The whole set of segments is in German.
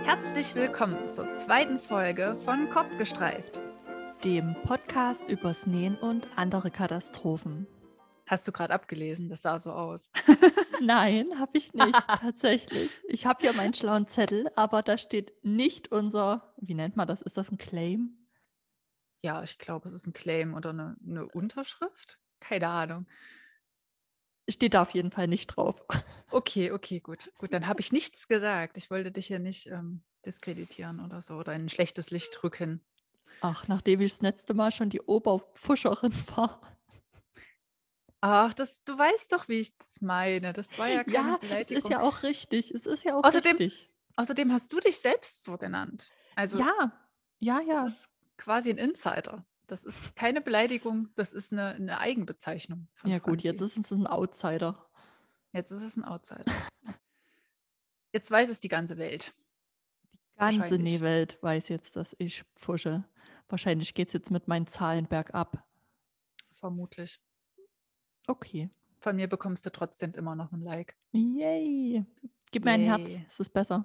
Herzlich willkommen zur zweiten Folge von Kurzgestreift. Dem Podcast übers Nähen und andere Katastrophen. Hast du gerade abgelesen? Das sah so aus. Nein, habe ich nicht, tatsächlich. Ich habe hier meinen schlauen Zettel, aber da steht nicht unser, wie nennt man das? Ist das ein Claim? Ja, ich glaube, es ist ein Claim oder eine Unterschrift. Keine Ahnung. Steht da auf jeden Fall nicht drauf. Okay, gut. Gut, dann habe ich nichts gesagt. Ich wollte dich hier nicht diskreditieren oder so oder in ein schlechtes Licht rücken. Ach, nachdem ich das letzte Mal schon die Oberpfuscherin war. Ach, du weißt doch, wie ich das meine. Das war ja keine Ja, es ist Beleidigung. ja auch richtig. Es ist ja auch Außerdem, richtig. außerdem hast du dich selbst so genannt. Also Ja, ja, das ja. ist quasi ein Insider. Das ist keine Beleidigung, das ist eine Eigenbezeichnung von Ja gut, jetzt Franzi. ist es ein Outsider. Jetzt ist es ein Outsider. Jetzt weiß es die ganze Welt. Ganze Wahrscheinlich. Nähwelt weiß jetzt, dass ich pfusche. Wahrscheinlich geht es jetzt mit meinen Zahlen bergab. Vermutlich. Okay. Von mir bekommst du trotzdem immer noch ein Like. Yay. Gib mir ein Herz, Yay. es ist besser.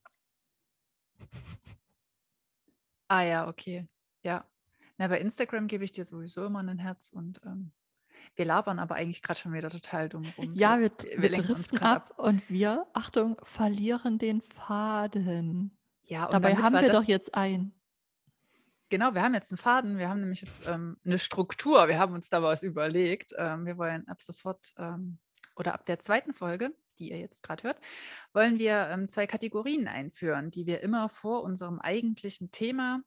Ah ja, okay. Ja. Na, bei Instagram gebe ich dir sowieso immer ein Herz und wir labern aber eigentlich gerade schon wieder total dumm rum. Ja, Wir wir lenken uns driften gerade ab ab. und wir, Achtung, verlieren den Faden. Ja, und Dabei damit haben wir wir doch das, jetzt einen. genau, wir haben jetzt einen Faden, wir haben nämlich jetzt eine Struktur, wir haben uns da was überlegt. Wir wollen ab sofort oder ab der zweiten Folge, die ihr jetzt gerade hört, wollen wir 2 Kategorien einführen, die wir immer vor unserem eigentlichen Thema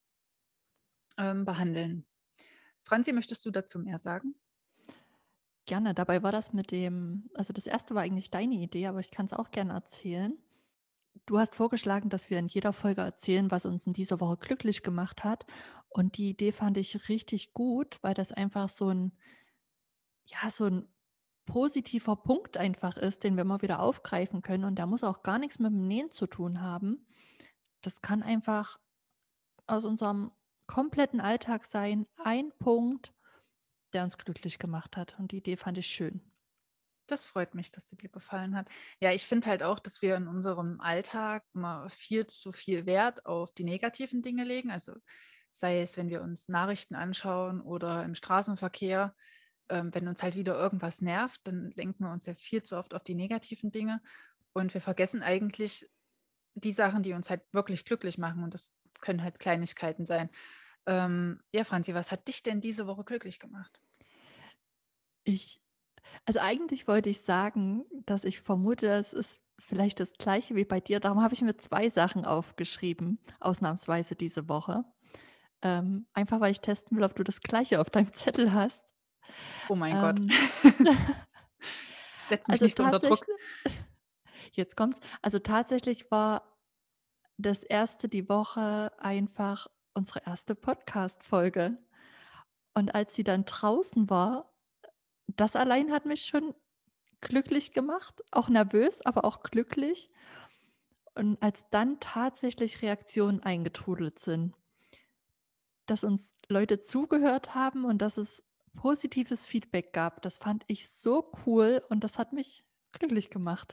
behandeln. Franzi, möchtest du dazu mehr sagen? Gerne. Dabei war das mit dem, also das erste war eigentlich deine Idee, aber ich kann es auch gerne erzählen. Du hast vorgeschlagen, dass wir in jeder Folge erzählen, was uns in dieser Woche glücklich gemacht hat. Und die Idee fand ich richtig gut, weil das einfach so ein, ja, so ein positiver Punkt einfach ist, den wir immer wieder aufgreifen können. Und der muss auch gar nichts mit dem Nähen zu tun haben. Das kann einfach aus unserem kompletten Alltag sein, ein Punkt, der uns glücklich gemacht hat. Und die Idee fand ich schön. Das freut mich, dass sie dir gefallen hat. Ja, ich finde halt auch, dass wir in unserem Alltag immer viel zu viel Wert auf die negativen Dinge legen. Also sei es, wenn wir uns Nachrichten anschauen oder im Straßenverkehr, wenn uns halt wieder irgendwas nervt, dann lenken wir uns ja viel zu oft auf die negativen Dinge und wir vergessen eigentlich die Sachen, die uns halt wirklich glücklich machen. Und das können halt Kleinigkeiten sein. Ja, Franzi, was hat dich denn diese Woche glücklich gemacht? Ich, also eigentlich wollte ich sagen, dass ich vermute, es ist vielleicht das Gleiche wie bei dir. Darum habe ich mir 2 Sachen aufgeschrieben, ausnahmsweise diese Woche. Einfach weil ich testen will, ob du das Gleiche auf deinem Zettel hast. Oh mein Gott. Ähm, Setz mich also nicht so unter Druck. tatsächlich, jetzt kommt's. Also tatsächlich war das erste die Woche einfach unsere erste Podcast-Folge. Und als sie dann draußen war, das allein hat mich schon glücklich gemacht, auch nervös, aber auch glücklich. Und als dann tatsächlich Reaktionen eingetrudelt sind, dass uns Leute zugehört haben und dass es positives Feedback gab, das fand ich so cool und das hat mich glücklich gemacht.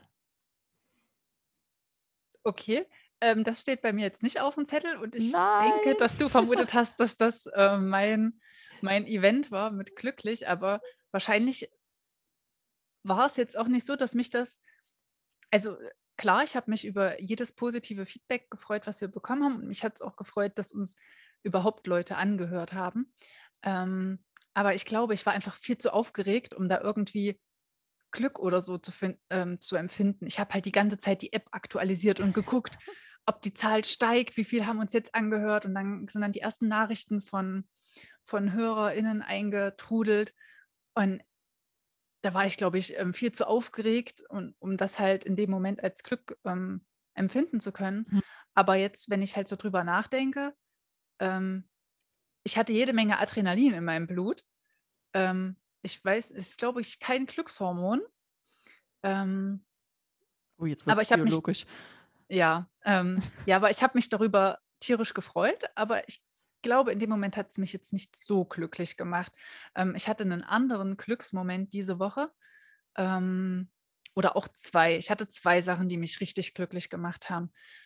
Okay, das steht bei mir jetzt nicht auf dem Zettel und ich denke, Nein! dass du vermutet hast, dass das mein Event war mit glücklich, aber wahrscheinlich war es jetzt auch nicht so, dass mich das, also klar, ich habe mich über jedes positive Feedback gefreut, was wir bekommen haben und mich hat es auch gefreut, dass uns überhaupt Leute angehört haben. Ähm, aber ich glaube, ich war einfach viel zu aufgeregt, um da irgendwie Glück oder so zu empfinden. Ich habe halt die ganze Zeit die App aktualisiert und geguckt, ob die Zahl steigt, wie viel haben uns jetzt angehört und dann sind dann die ersten Nachrichten von HörerInnen eingetrudelt und da war ich, glaube ich, viel zu aufgeregt, um das halt in dem Moment als Glück empfinden zu können. Mhm. Aber jetzt, wenn ich halt so drüber nachdenke, ähm, ich hatte jede Menge Adrenalin in meinem Blut. Ich weiß, es ist, glaube ich, kein Glückshormon. Ähm, Oh, jetzt aber wird's ich habe mich, biologisch. ja, aber ich habe mich darüber tierisch gefreut, aber ich glaube, in dem Moment hat es mich jetzt nicht so glücklich gemacht. Ich hatte einen anderen Glücksmoment diese Woche, ähm, oder auch 2. Ich hatte 2 Sachen, die mich richtig glücklich gemacht haben.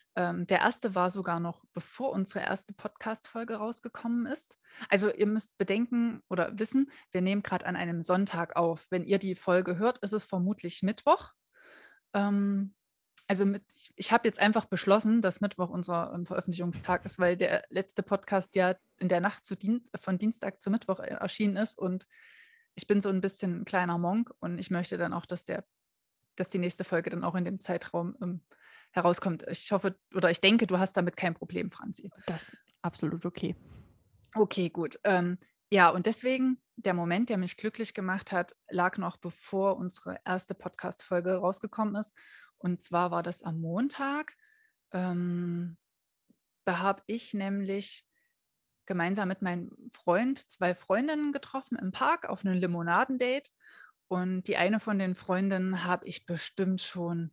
Der erste war sogar noch, bevor unsere erste Podcast-Folge rausgekommen ist. Also, ihr müsst bedenken oder wissen, wir nehmen gerade an einem Sonntag auf. Wenn ihr die Folge hört, ist es vermutlich Mittwoch. Ähm, also, ich habe jetzt einfach beschlossen, dass Mittwoch unser, Veröffentlichungstag ist, weil der letzte Podcast ja in der Nacht von Dienstag zu Mittwoch erschienen ist und ich bin so ein bisschen 'n kleiner Monk und ich möchte dann auch, dass die nächste Folge dann auch in dem Zeitraum, herauskommt. Ich hoffe oder ich denke, du hast damit kein Problem, Franzi. Das absolut okay. Okay, gut. Ja, und deswegen, der Moment, der mich glücklich gemacht hat, lag noch bevor unsere erste Podcast-Folge rausgekommen ist. Und zwar war das am Montag. Ähm, Da habe ich nämlich gemeinsam mit meinem Freund 2 Freundinnen getroffen im Park auf 'nem Limonadendate. Und die eine von den Freundinnen habe ich bestimmt schon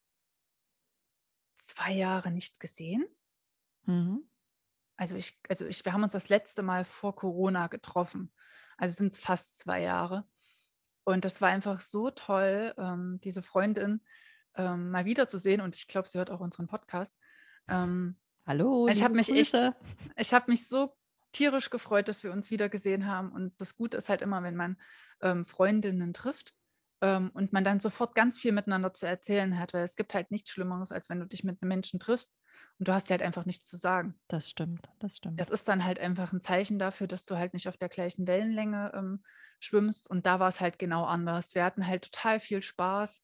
2 Jahre nicht gesehen. Mhm. Wir haben uns das letzte Mal vor Corona getroffen. Also sind es fast 2 Jahre. Und das war einfach so toll, diese Freundin, mal wiederzusehen und ich glaube, sie hört auch unseren Podcast. Ähm, Hallo, ich habe liebe mich echt Grüße. ich habe mich so tierisch gefreut, dass wir uns wiedergesehen haben und das Gute ist halt immer, wenn man, Freundinnen trifft, und man dann sofort ganz viel miteinander zu erzählen hat, weil es gibt halt nichts Schlimmeres, als wenn du dich mit 'nem Menschen triffst und du hast dir halt einfach nichts zu sagen. Das stimmt, das Das stimmt. ist dann halt einfach 'n Zeichen dafür, dass du halt nicht auf der gleichen Wellenlänge, schwimmst und da war's halt genau anders. Wir hatten halt total viel Spaß,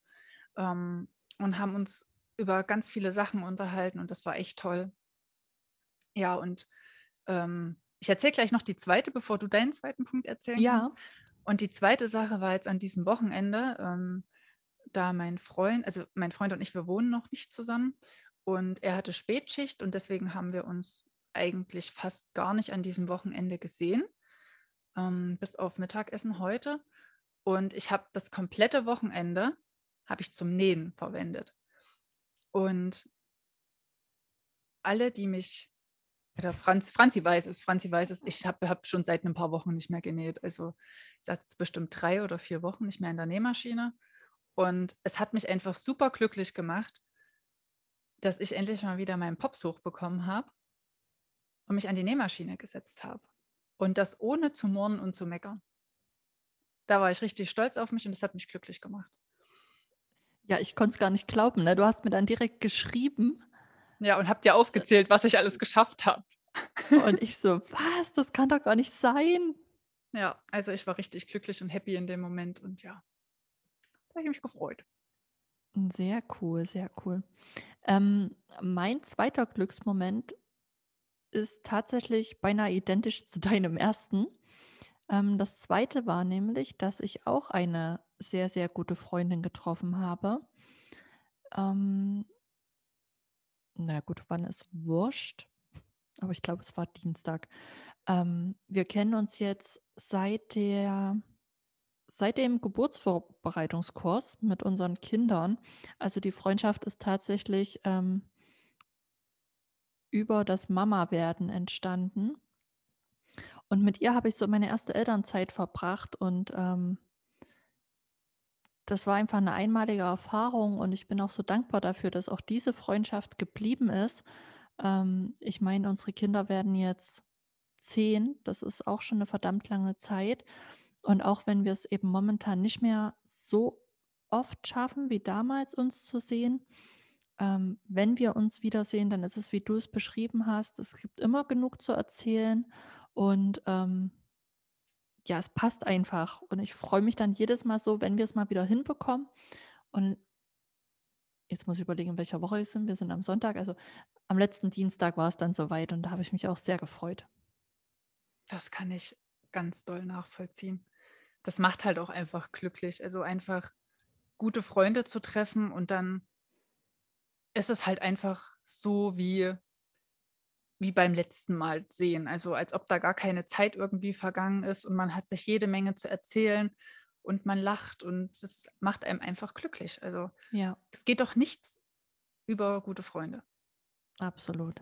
und haben uns über ganz viele Sachen unterhalten und das war echt toll. Ja, und, ich erzähle gleich noch die zweite, bevor du deinen zweiten Punkt erzählen Ja, kannst. Und die zweite Sache war jetzt an diesem Wochenende, da mein Freund und ich, wir wohnen noch nicht zusammen und er hatte Spätschicht und deswegen haben wir uns eigentlich fast gar nicht an diesem Wochenende gesehen, bis auf Mittagessen heute. Und ich habe das komplette Wochenende habe ich zum Nähen verwendet. Und alle, die mich oder Franzi weiß es, ich habe schon seit ein paar Wochen nicht mehr genäht. Also, ich saß jetzt bestimmt 3 oder 4 Wochen nicht mehr in der Nähmaschine. Und es hat mich einfach super glücklich gemacht, dass ich endlich mal wieder meinen Pops hochbekommen habe und mich an die Nähmaschine gesetzt habe. Und das ohne zu murren und zu meckern. Da war ich richtig stolz auf mich und das hat mich glücklich gemacht. ja, ich konnte es gar nicht glauben, ne? Du hast mir dann direkt geschrieben Ja, und habe dir aufgezählt, was ich alles geschafft habe. und ich so: „Was? Das kann doch gar nicht sein." Ja, also ich war richtig glücklich und happy in dem Moment und ja, da habe ich mich gefreut. Sehr cool, sehr cool. Mein zweiter Glücksmoment ist tatsächlich beinahe identisch zu deinem ersten. Das zweite war nämlich, dass ich auch eine sehr, sehr gute Freundin getroffen habe. Ähm, na ja gut, wann ist wurscht, aber ich glaube, es war Dienstag. Wir kennen uns jetzt seit dem Geburtsvorbereitungskurs mit unseren Kindern. Also, die Freundschaft ist tatsächlich, über das Mama-Werden entstanden. Und mit ihr habe ich so meine erste Elternzeit verbracht und, das war einfach eine einmalige Erfahrung und ich bin auch so dankbar dafür, dass auch diese Freundschaft geblieben ist. Ich meine, unsere Kinder werden jetzt 10, das ist auch schon eine verdammt lange Zeit. Und auch wenn wir es eben momentan nicht mehr so oft schaffen wie damals, uns zu sehen, wenn wir uns wiedersehen, dann ist es, wie du es beschrieben hast, es gibt immer genug zu erzählen und, ja, es passt einfach und ich freue mich dann jedes Mal so, wenn wir es mal wieder hinbekommen. Und jetzt muss ich überlegen, in welcher Woche wir sind. Wir sind am Sonntag, also am letzten Dienstag war es dann soweit und da habe ich mich auch sehr gefreut. Das kann ich ganz doll nachvollziehen. Das macht halt auch einfach glücklich. Also, einfach gute Freunde zu treffen und dann ist es halt einfach so wie beim letzten Mal sehen. Also, als ob da gar keine Zeit irgendwie vergangen ist und man hat sich jede Menge zu erzählen und man lacht und das macht einem einfach glücklich. Also, Ja, es geht doch nichts über gute Freunde. absolut.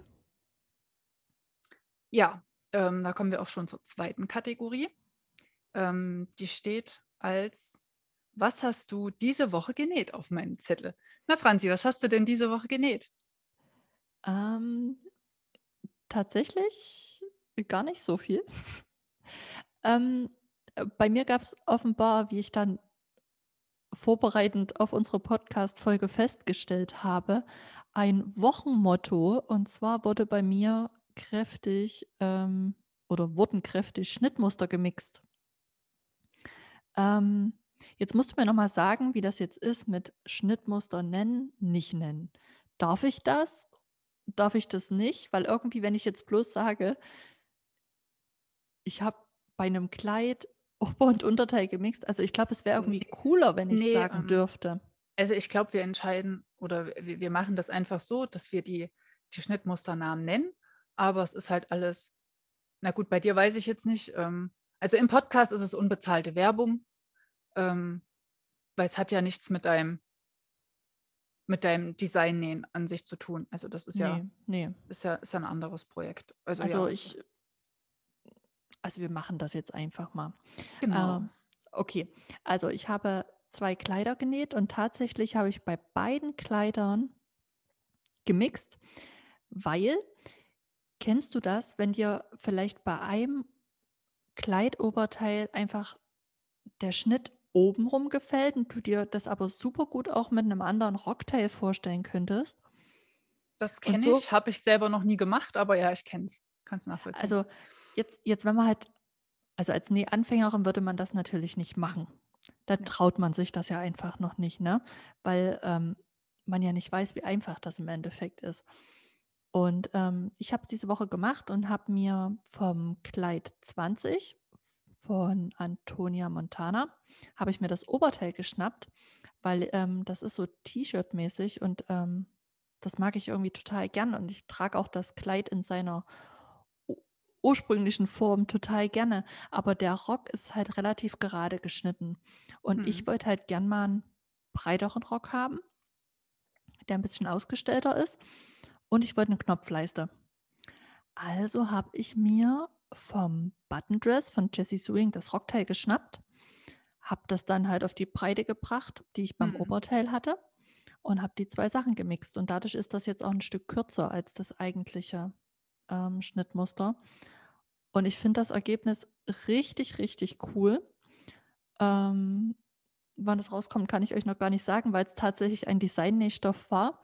Ja, da kommen wir auch schon zur zweiten Kategorie. Die steht als: „Was hast du diese Woche genäht?“ auf meinem Zettel. Na, Franzi, was hast du denn diese Woche genäht? Ähm, tatsächlich gar nicht so viel. Ähm, bei mir gab es offenbar, wie ich dann vorbereitend auf unsere Podcast-Folge festgestellt habe, ein Wochenmotto. Und zwar wurde bei mir kräftig oder wurden kräftig Schnittmuster gemixt. Ähm, jetzt musst du mir noch mal sagen, wie das jetzt ist mit Schnittmuster nennen, nicht nennen. Darf ich das? Darf ich das nicht? Weil irgendwie, wenn ich jetzt bloß sage, ich habe bei einem Kleid Ober und Unterteil gemixt, also, ich glaube, es wäre Ne, irgendwie cooler, wenn ich's ne, sagen dürfte. also, ich glaube, wir entscheiden oder wir machen das einfach so, dass wir die Schnittmusternamen nennen, aber es ist halt alles na gut, bei dir weiß ich jetzt nicht, also, im Podcast ist es unbezahlte Werbung, ähm, weil es hat ja nichts mit deinem Designnähen an sich zu tun. Also, das Ne, ne. ist ja 'n anderes Projekt. Also, Also, ja, so wir machen das jetzt einfach mal. genau. Okay, also, ich habe 2 Kleider genäht und tatsächlich habe ich bei beiden Kleidern gemixt, weil kennst du das, wenn dir vielleicht bei einem Kleidoberteil einfach der Schnitt obenrum gefällt und du dir das aber super gut auch mit 'nem anderen Rockteil vorstellen könntest? Das Und kenne so ich, habe ich selber noch nie gemacht, aber ja, ich kenne es. Kann es nachvollziehen. also, jetzt wenn man halt also, als Nähanfängerin würde man das natürlich nicht machen. Da Ja. traut man sich das ja einfach noch nicht, ne? Weil, man ja nicht weiß, wie einfach das im Endeffekt ist. Und, ich habe es diese Woche gemacht und habe mir vom Kleid 20 von Antonia Montana habe ich mir das Oberteil geschnappt, weil, das ist so T-Shirt-mäßig und, das mag ich irgendwie total gern und ich trage auch das Kleid in seiner u ursprünglichen Form total gerne, aber der Rock ist halt relativ gerade geschnitten und ich Mhm. wollte halt gern mal 'n breiteren Rock haben, der 'n bisschen ausgestellter ist und ich wollte 'ne Knopfleiste. Also habe ich mir vom Button Dress von Jessie Sewing das Rockteil geschnappt, habe das dann halt auf die Breite gebracht, die ich beim Mhm. Oberteil hatte und habe die 2 Sachen gemixt und dadurch ist das jetzt auch 'n Stück kürzer als das eigentliche, Schnittmuster. Und ich finde das Ergebnis richtig, richtig cool. Ähm, wann das rauskommt, kann ich euch noch gar nicht sagen, weil's tatsächlich ein Designnähstoff war.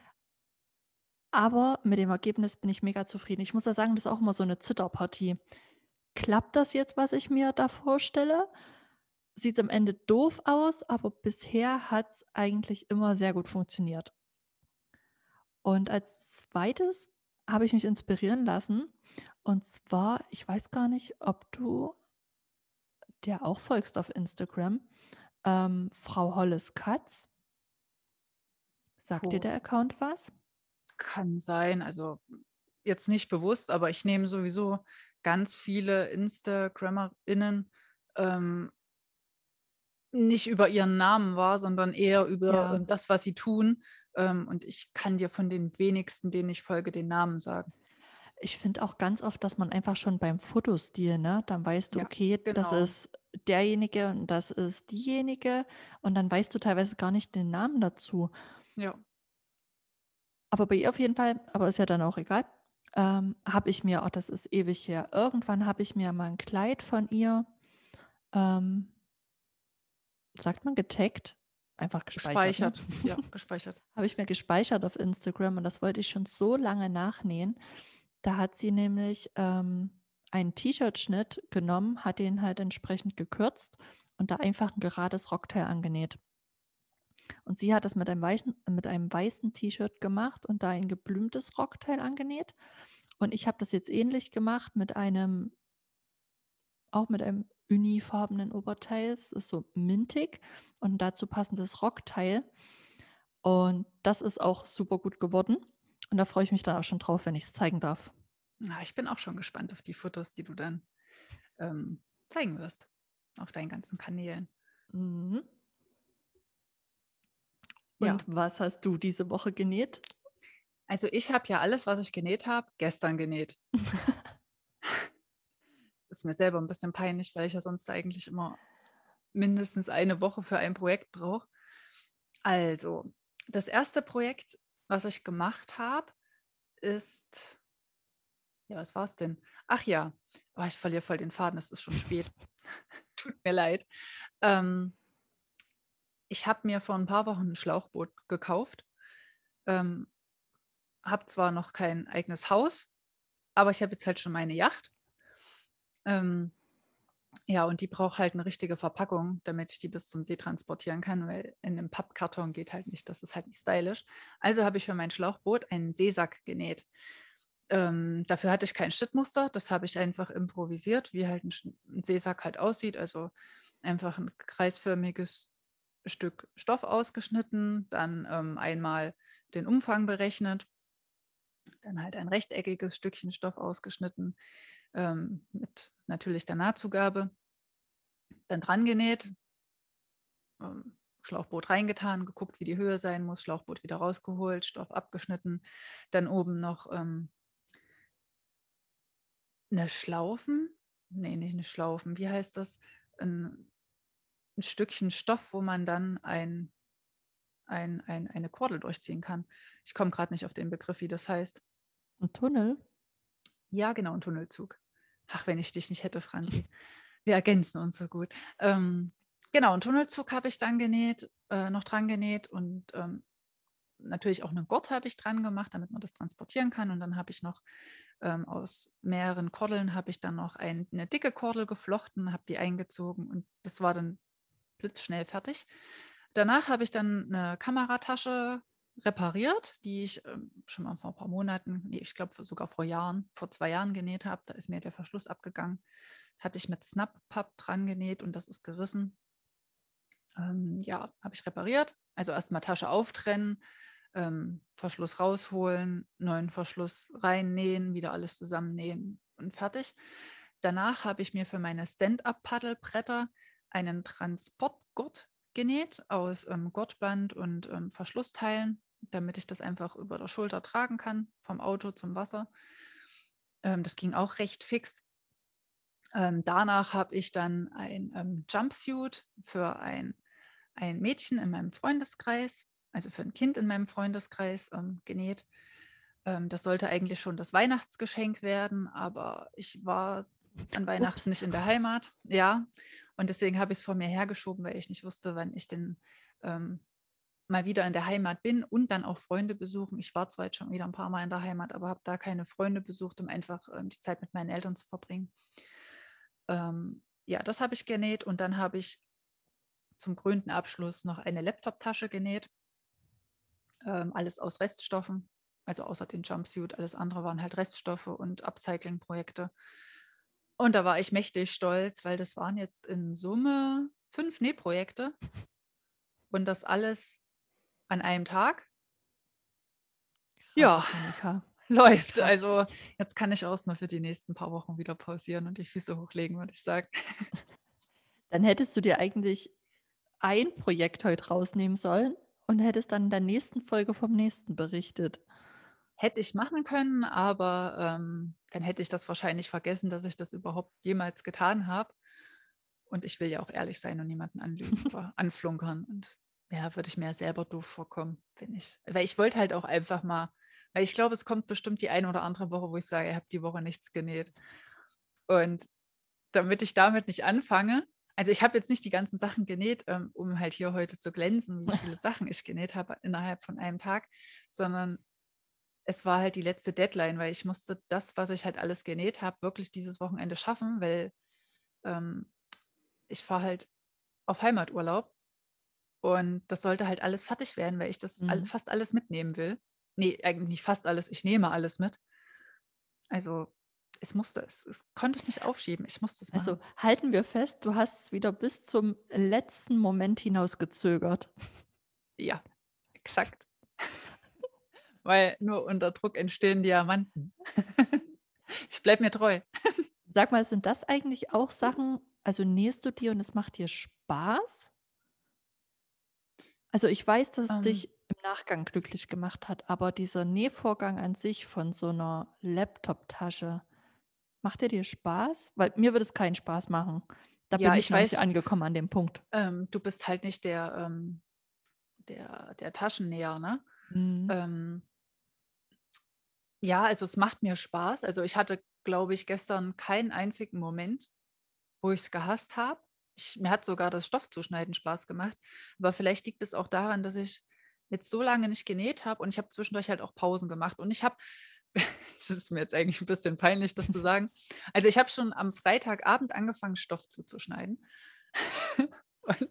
Aber mit dem Ergebnis bin ich mega zufrieden. Ich muss ja sagen, das ist auch immer so 'ne Zitterpartie. Klappt das jetzt, was ich mir da vorstelle? Sieht's am Ende doof aus, aber bisher hat's eigentlich immer sehr gut funktioniert. Und als Zweites habe ich mich inspirieren lassen. Und zwar, ich weiß gar nicht, ob du der auch folgst auf Instagram, Frau Holles Katz. Sagt dir Puh, der Account was? kann sein. Also, jetzt nicht bewusst, aber ich nehme sowieso ganz viele InstagrammerInnen, ähm, nicht über ihren Namen wahr, sondern eher über, Ja. das, was sie tun. Und ich kann dir von den wenigsten, denen ich folge, den Namen sagen. Ich finde auch ganz oft, dass man einfach schon beim Fotostil, ne, dann weißt du, Ja, okay, das genau. ist derjenige und das ist diejenige und dann weißt du teilweise gar nicht den Namen dazu. Ja. Aber bei ihr auf jeden Fall, aber ist ja dann auch egal, habe ich mir, auch das ist ewig her, irgendwann habe ich mir mal 'n Kleid von ihr, ähm, sagt man getaggt? Einfach gespeichert, ne? Gespeichert. Ja, gespeichert. Habe ich mir gespeichert auf Instagram und das wollte ich schon so lange nachnähen. Da hat sie nämlich, einen T-Shirt-Schnitt genommen, hat den halt entsprechend gekürzt und da einfach 'n gerades Rockteil angenäht. Und sie hat das mit einem weißen T-Shirt gemacht und da ein geblümtes Rockteil angenäht. Und ich habe das jetzt ähnlich gemacht mit einem auch mit einem unifarbenen Oberteil. Es ist so mintig und dazu passendes Rockteil. Und das ist auch super gut geworden. Und da freue ich mich dann auch schon drauf, wenn ich's zeigen darf. Ja, ich bin auch schon gespannt auf die Fotos, die du dann, zeigen wirst auf deinen ganzen Kanälen. Mhm. Ja, Und was hast du diese Woche genäht? also ich habe ja alles, was ich genäht habe, gestern genäht. Das ist mir selber ein bisschen peinlich, weil ich ja sonst eigentlich immer mindestens eine Woche für ein Projekt brauche. Also, das erste Projekt, was ich gemacht habe, ist, ja, was war es denn? Ach ja, ich verliere voll den Faden, es ist schon spät. Tut mir leid. Ähm, Ich habe mir vor ein paar Wochen ein Schlauchboot gekauft. Ähm, Habe zwar noch kein eigenes Haus, aber ich habe jetzt halt schon meine Yacht. Ähm, ja, und die braucht halt eine richtige Verpackung, damit ich die bis zum See transportieren kann, weil in 'nem Pappkarton geht halt nicht, das ist halt nicht stylisch. Also habe ich für mein Schlauchboot einen Seesack genäht. Dafür hatte ich kein Schnittmuster, das habe ich einfach improvisiert, wie halt 'n Seesack halt aussieht. Also, einfach ein kreisförmiges Stück Stoff ausgeschnitten, dann, einmal den Umfang berechnet, dann halt ein rechteckiges Stückchen Stoff ausgeschnitten, mit natürlich der Nahtzugabe, dann dran genäht, Schlauchboot reingetan, geguckt, wie die Höhe sein muss, Schlauchboot wieder rausgeholt, Stoff abgeschnitten, dann oben noch, 'ne Schlaufen? Ne, nicht 'ne Schlaufen. Wie heißt das? 'N 'n Stückchen Stoff, wo man dann eine Kordel durchziehen kann. Ich komme grad nicht auf den Begriff, wie das heißt. 'N Tunnel? Ja, genau, 'n Tunnelzug. Ach, wenn ich dich nicht hätte, Franzi. Wir ergänzen uns so gut. Genau, 'n Tunnelzug habe ich dann noch dran genäht und, natürlich auch 'nen Gurt habe ich dran gemacht, damit man das transportieren kann. Und dann habe ich noch, aus mehreren Kordeln habe ich dann noch 'ne dicke Kordel geflochten, habe die eingezogen und das war dann blitzschnell fertig. Danach habe ich dann 'ne Kameratasche repariert, die ich, schon mal vor ein paar Monaten, ne, ich glaube sogar vor 2 Jahren genäht habe. Da ist mir der Verschluss abgegangen. Hatte ich mit Snap-Papp dran genäht und das ist gerissen. Ja, habe ich repariert. Also erst mal Tasche auftrennen, Verschluss rausholen, neuen Verschluss reinnähen, wieder alles zusammennähen und fertig. Danach habe ich mir für meine Stand-up-Paddelbretter einen Transportgurt genäht aus, Gurtband und, Verschlussteilen, damit ich das einfach über der Schulter tragen kann, vom Auto zum Wasser. Das ging auch recht fix. Danach habe ich dann ein, Jumpsuit für ein Mädchen in meinem Freundeskreis, also für ein Kind in meinem Freundeskreis, genäht. Das sollte eigentlich schon das Weihnachtsgeschenk werden, aber ich war an Weihnachten Ups. nicht in der Heimat. Ja, und deswegen habe ich es vor mir hergeschoben, weil ich nicht wusste, wann ich denn, mal wieder in der Heimat bin und dann auch Freunde besuchen. Ich war zwar jetzt schon wieder ein paar Mal in der Heimat, aber habe da keine Freunde besucht, um einfach, die Zeit mit meinen Eltern zu verbringen. Ja, das habe ich genäht und dann habe ich zum krönenden Abschluss noch eine Laptoptasche genäht, alles aus Reststoffen, also außer den Jumpsuit, alles andere waren halt Reststoffe und Upcycling-Projekte. Und da war ich mächtig stolz, weil das waren jetzt in Summe 5 Nähprojekte und das alles an einem Tag. Ja, Krass, Monika. läuft. Krass. Also jetzt kann ich erst mal für die nächsten paar Wochen wieder pausieren und die Füße hochlegen, würde ich sagen. Dann hättest du dir eigentlich ein Projekt heute rausnehmen sollen und hättest dann in der nächsten Folge vom nächsten berichtet. Hätte ich machen können, aber, dann hätte ich das wahrscheinlich vergessen, dass ich das überhaupt jemals getan habe. Und ich will ja auch ehrlich sein und niemanden anlügen oder anflunkern. Und ja, würde ich mir ja selber doof vorkommen, wenn ich, weil ich wollte halt auch einfach mal, weil ich glaube, es kommt bestimmt die eine oder andere Woche, wo ich sage: „Ihr habt die Woche nichts genäht." Und damit ich damit nicht anfange, also, ich habe jetzt nicht die ganzen Sachen genäht, um halt hier heute zu glänzen, wie viele Sachen ich genäht habe innerhalb von einem Tag, sondern es war halt die letzte Deadline, weil ich musste das, was ich halt alles genäht habe, wirklich dieses Wochenende schaffen, weil, ähm, ich fahre halt auf Heimaturlaub und das sollte halt alles fertig werden, weil ich das Mhm. fast alles mitnehmen will. Ne, eigentlich nicht fast alles, ich nehme alles mit. Also, es konnte es nicht aufschieben. Ich musste es Also machen. halten wir fest, du hast es wieder bis zum letzten Moment hinausgezögert. Ja, exakt. Weil nur unter Druck entstehen Diamanten. Ich bleibe mir treu. Sag mal, sind das eigentlich auch Sachen, also nähst du dir und es macht dir Spaß? Also, ich weiß, dass es Ähm, dich im Nachgang glücklich gemacht hat, aber dieser Nähvorgang an sich von so 'ner Laptoptasche, macht der dir Spaß? Weil mir würde es keinen Spaß machen. Da bin ja, ich ich noch nicht weiß, angekommen an dem Punkt. du bist halt nicht der Taschennäher, ne? Mhm. Ähm, Ja, also es macht mir Spaß. Also, ich hatte, glaube ich, gestern keinen einzigen Moment, wo ich es gehasst habe. Mir hat sogar das Stoffzuschneiden Spaß gemacht, aber vielleicht liegt es auch daran, dass ich jetzt so lange nicht genäht habe und ich habe zwischendurch halt auch Pausen gemacht und ich habe es ist mir jetzt eigentlich ein bisschen peinlich, das zu sagen. Also, ich habe schon am Freitagabend angefangen, Stoff zuzuschneiden. Und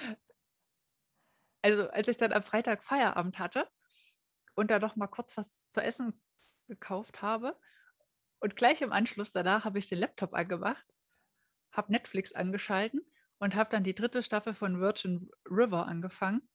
also, als ich dann am Freitag Feierabend hatte und dann noch mal kurz was zu essen gekauft habe und gleich im Anschluss danach habe ich den Laptop angemacht, habe Netflix angeschalten und habe dann die dritte Staffel von Virgin River angefangen.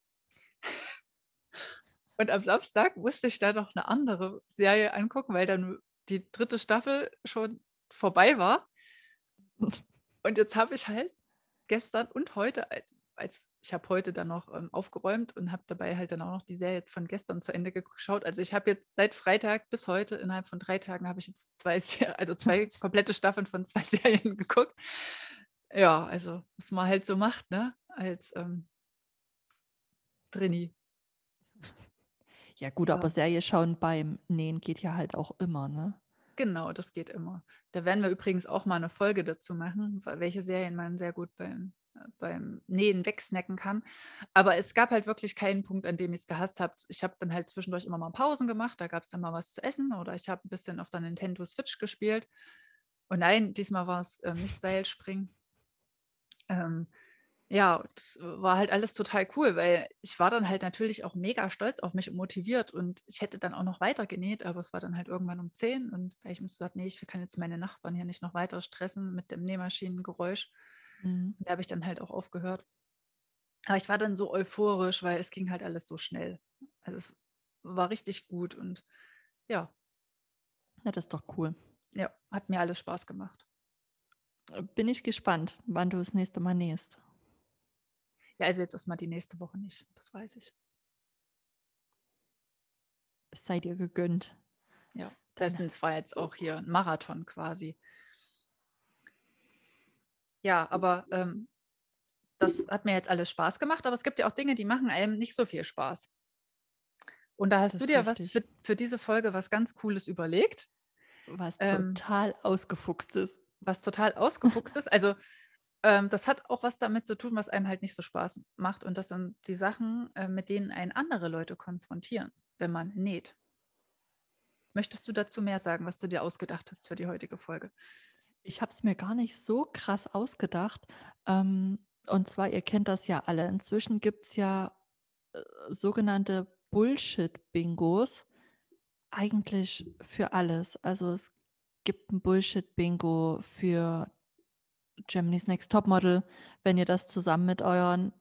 Und am Samstag musste ich dann noch 'ne andere Serie angucken, weil dann die dritte Staffel schon vorbei war. Und jetzt habe ich halt gestern und heute als ich habe heute dann noch, aufgeräumt und habe dabei halt dann auch noch die Serie von gestern zu Ende geschaut. Also, ich habe jetzt seit Freitag bis heute innerhalb von 3 Tagen habe ich jetzt 2 komplette Staffeln von 2 Serien geguckt. Ja, also, was man halt so macht, ne, als, Trainee. Ja gut, aber Ja, Serie schauen beim Nähen geht ja halt auch immer, ne? genau, das geht immer. Da werden wir übrigens auch mal 'ne Folge dazu machen, welche Serien man sehr gut beim Nähen wegsnacken kann. Aber es gab halt wirklich keinen Punkt, an dem ich's gehasst habe. Ich habe dann halt zwischendurch immer mal Pausen gemacht, da gab's dann mal was zu essen oder ich habe 'n bisschen auf der Nintendo Switch gespielt. Und nein, diesmal war's, nicht Seilspringen. Ähm, ja, das war halt alles total cool, weil ich war dann halt natürlich auch mega stolz auf mich und motiviert und ich hätte dann auch noch weiter genäht, aber es war dann halt irgendwann um 10 und da habe ich mir so gesagt: „Ne, ich kann jetzt meine Nachbarn hier nicht noch weiter stressen mit dem Nähmaschinengeräusch." Mhm. Und da habe ich dann halt auch aufgehört. Aber ich war dann so euphorisch, weil es ging halt alles so schnell. Also, es war richtig gut und ja, Ja, das ist doch cool. ja, hat mir alles Spaß gemacht. Bin ich gespannt, wann du das nächste Mal nähst. Ja, also jetzt erst mal die nächste Woche nicht, das weiß ich. Es sei dir gegönnt. Ja, Dann das war jetzt auch hier 'n Marathon quasi. Ja, aber, das hat mir jetzt alles Spaß gemacht, aber es gibt ja auch Dinge, die machen einem nicht so viel Spaß. Und da hast das du ist dir was richtig. für diese Folge was ganz Cooles überlegt, Was ähm, total ausgefuchst ist. was total ausgefuchst ist. Also, das hat auch was damit zu tun, was einem halt nicht so Spaß macht und das sind die Sachen, mit denen einen andere Leute konfrontieren, wenn man näht. Möchtest du dazu mehr sagen, was du dir ausgedacht hast für die heutige Folge? Ich habe es mir gar nicht so krass ausgedacht. Und zwar, ihr kennt das ja alle. Inzwischen gibt's ja, sogenannte Bullshit-Bingos, eigentlich für alles. Also, es gibt 'n Bullshit-Bingo für Germany's Next Topmodel, wenn ihr das zusammen mit euren,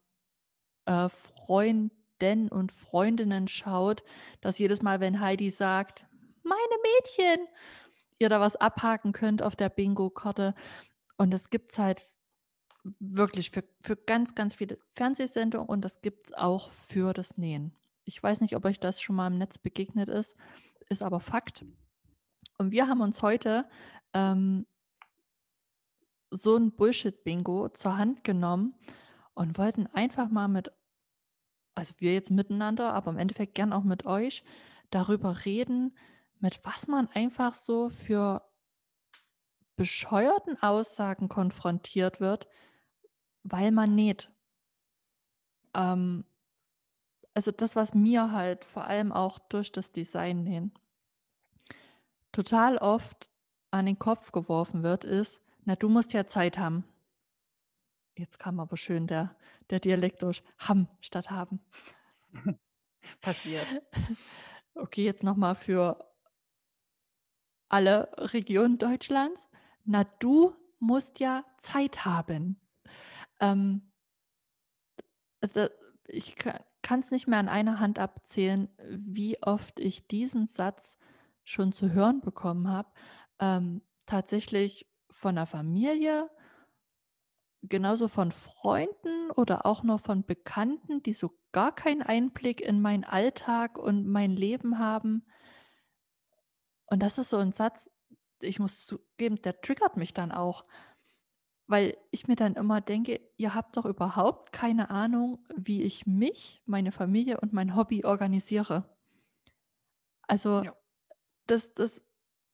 Freunden und Freundinnen schaut, dass jedes Mal, wenn Heidi sagt: „Meine Mädchen", ihr da was abhaken könnt auf der Bingokarte. Und das gibt's halt wirklich für ganz, ganz viele Fernsehsendungen und das gibt's auch für das Nähen. Ich weiß nicht, ob euch das schon mal im Netz begegnet ist aber Fakt. Und wir haben uns heute, ähm, so 'n Bullshit-Bingo zur Hand genommen und wollten einfach mal also wir jetzt miteinander, aber im Endeffekt gern auch mit euch, darüber reden, mit was man einfach so für bescheuerten Aussagen konfrontiert wird, weil man näht. Ähm, also das, was mir halt vor allem auch durch das Design nähen total oft an den Kopf geworfen wird, ist: „Na, du musst ja Zeit haben." Jetzt kam aber schön der Dialekt durch. Haben statt haben. Passiert. Okay, jetzt noch mal für alle Regionen Deutschlands. Na, du musst ja Zeit haben. Ähm, da ich kann es nicht mehr an einer Hand abzählen, wie oft ich diesen Satz schon zu hören bekommen habe. Tatsächlich von der Familie, genauso von Freunden oder auch noch von Bekannten, die so gar keinen Einblick in meinen Alltag und mein Leben haben. Und das ist so 'n Satz, ich muss zugeben, der triggert mich dann auch, weil ich mir dann immer denke: „Ihr habt doch überhaupt keine Ahnung, wie ich mich, meine Familie und mein Hobby organisiere." Also, Ja. das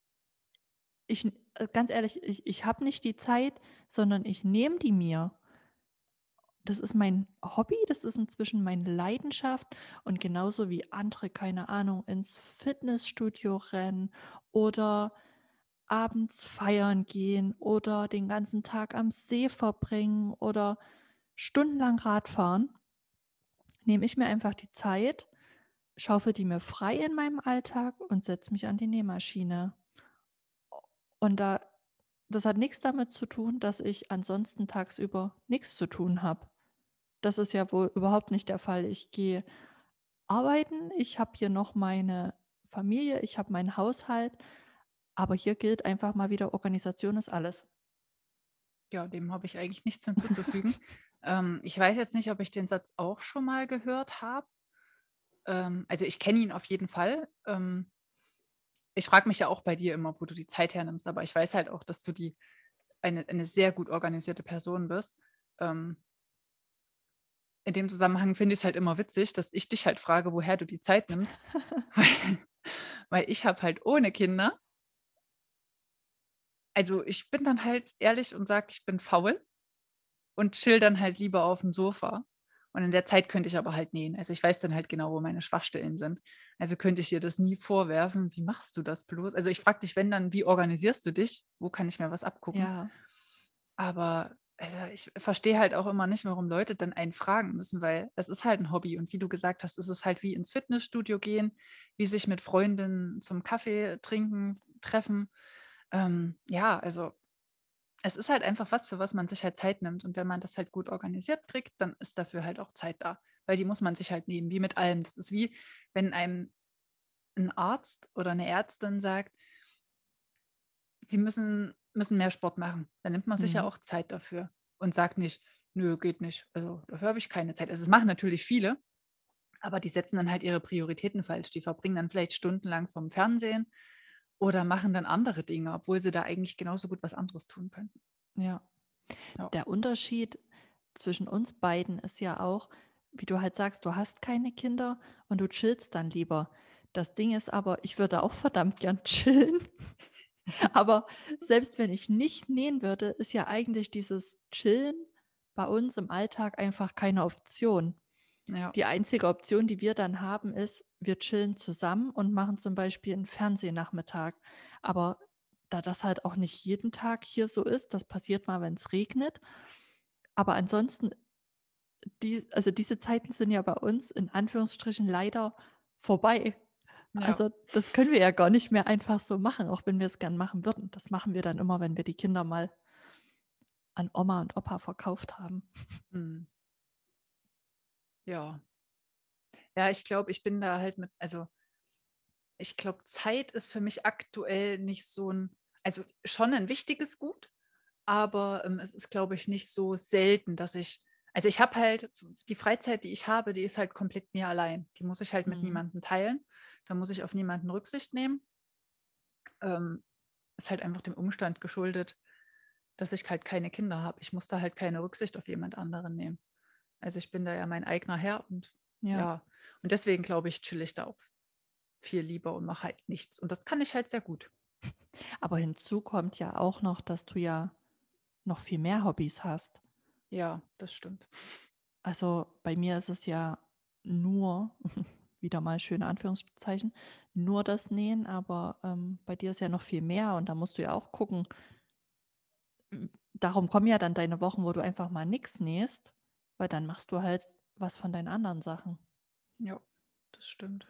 ganz ehrlich, ich habe nicht die Zeit, sondern ich nehme die mir. Das ist mein Hobby, das ist inzwischen meine Leidenschaft und genauso wie andere, keine Ahnung, ins Fitnessstudio rennen oder abends feiern gehen oder den ganzen Tag am See verbringen oder stundenlang Radfahren, nehme ich mir einfach die Zeit, schaufel die mir frei in meinem Alltag und setze mich an die Nähmaschine. Und das hat nichts damit zu tun, dass ich ansonsten tagsüber nichts zu tun habe. Das ist ja wohl überhaupt nicht der Fall. Ich gehe arbeiten, ich habe hier noch meine Familie, ich habe meinen Haushalt, aber hier gilt einfach mal wieder: Organisation ist alles. Ja, dem habe ich eigentlich nichts hinzuzufügen. Ich weiß jetzt nicht, ob ich den Satz auch schon mal gehört habe. Also, ich kenne ihn auf jeden Fall. Ich frage mich ja auch bei dir immer, wo du die Zeit hernimmst, aber ich weiß halt auch, dass du eine sehr gut organisierte Person bist. Ähm, in dem Zusammenhang finde ich es halt immer witzig, dass ich dich halt frage, woher du die Zeit nimmst, weil weil ich habe halt ohne Kinder, also, ich bin dann halt ehrlich und sage, ich bin faul und chill dann halt lieber auf dem Sofa. Und in der Zeit könnte ich aber halt nähen. Also, ich weiß dann halt genau, wo meine Schwachstellen sind. Also, könnte ich dir das nie vorwerfen: „Wie machst du das bloß?“ Also, ich frage dich, wenn dann: „Wie organisierst du dich? Wo kann ich mir was abgucken?“ Ja, Aber, also, ich verstehe halt auch immer nicht, warum Leute dann einen fragen müssen, weil es ist halt 'n Hobby und wie du gesagt hast, es ist halt wie ins Fitnessstudio gehen, wie sich mit Freundinnen zum Kaffee trinken treffen. Ja, also, es ist halt einfach was, für was man sich halt Zeit nimmt und wenn man das halt gut organisiert kriegt, dann ist dafür halt auch Zeit da, weil die muss man sich halt nehmen, wie mit allem. Das ist wie, wenn einem 'n Arzt oder 'ne Ärztin sagt: Sie müssen mehr Sport machen. Dann nimmt man sich ja mhm, auch Zeit dafür und sagt nicht: „Nö, geht nicht. Also, dafür habe ich keine Zeit.“ Also, das machen natürlich viele, aber die setzen dann halt ihre Prioritäten falsch. Die verbringen dann vielleicht stundenlang vorm Fernsehen oder machen dann andere Dinge, obwohl sie da eigentlich genauso gut was anderes tun könnten. ja. Ja. Der Unterschied zwischen uns beiden ist ja auch, wie du halt sagst, du hast keine Kinder und du chillst dann lieber. Das Ding ist aber, ich würde auch verdammt gern chillen, aber selbst wenn ich nicht nähen würde, ist ja eigentlich dieses Chillen bei uns im Alltag einfach keine Option. Ja, Die einzige Option, die wir dann haben, ist, wir chillen zusammen und machen zum Beispiel 'n Fernsehnachmittag. Aber da das halt auch nicht jeden Tag hier so ist, das passiert mal, wenn's regnet. Aber ansonsten, diese Zeiten sind ja bei uns in Anführungsstrichen leider vorbei. ja. Also, das können wir ja gar nicht mehr einfach so machen, auch wenn wir's gern machen würden. Das machen wir dann immer, wenn wir die Kinder mal an Oma und Opa verkauft haben. Mhm. Ja. Ja, ich glaube, ich bin da halt mit, also, ich glaube, Zeit ist für mich aktuell nicht so 'n, also, schon 'n wichtiges Gut, aber, es ist, glaube ich, nicht so selten, dass ich, also, ich habe halt die Freizeit, die ich habe, die ist halt komplett mir allein. Die muss ich halt mit Mhm. niemandem teilen. Da muss ich auf niemanden Rücksicht nehmen. Ähm, ist halt einfach dem Umstand geschuldet, dass ich halt keine Kinder habe. Ich muss da halt keine Rücksicht auf jemand anderen nehmen. Also, ich bin da ja mein eigener Herr und Ja. ja, und deswegen glaube ich, chill ich da auch viel lieber und mache halt nichts. Und das kann ich halt sehr gut. Aber hinzu kommt ja auch noch, dass du ja noch viel mehr Hobbys hast. Ja, das stimmt. Also, bei mir ist es ja nur wieder mal schöne Anführungszeichen, nur das Nähen, aber, bei dir ist ja noch viel mehr und da musst du ja auch gucken. Darum kommen ja dann deine Wochen, wo du einfach mal nix nähst, weil dann machst du halt was von deinen anderen Sachen. Ja, das stimmt.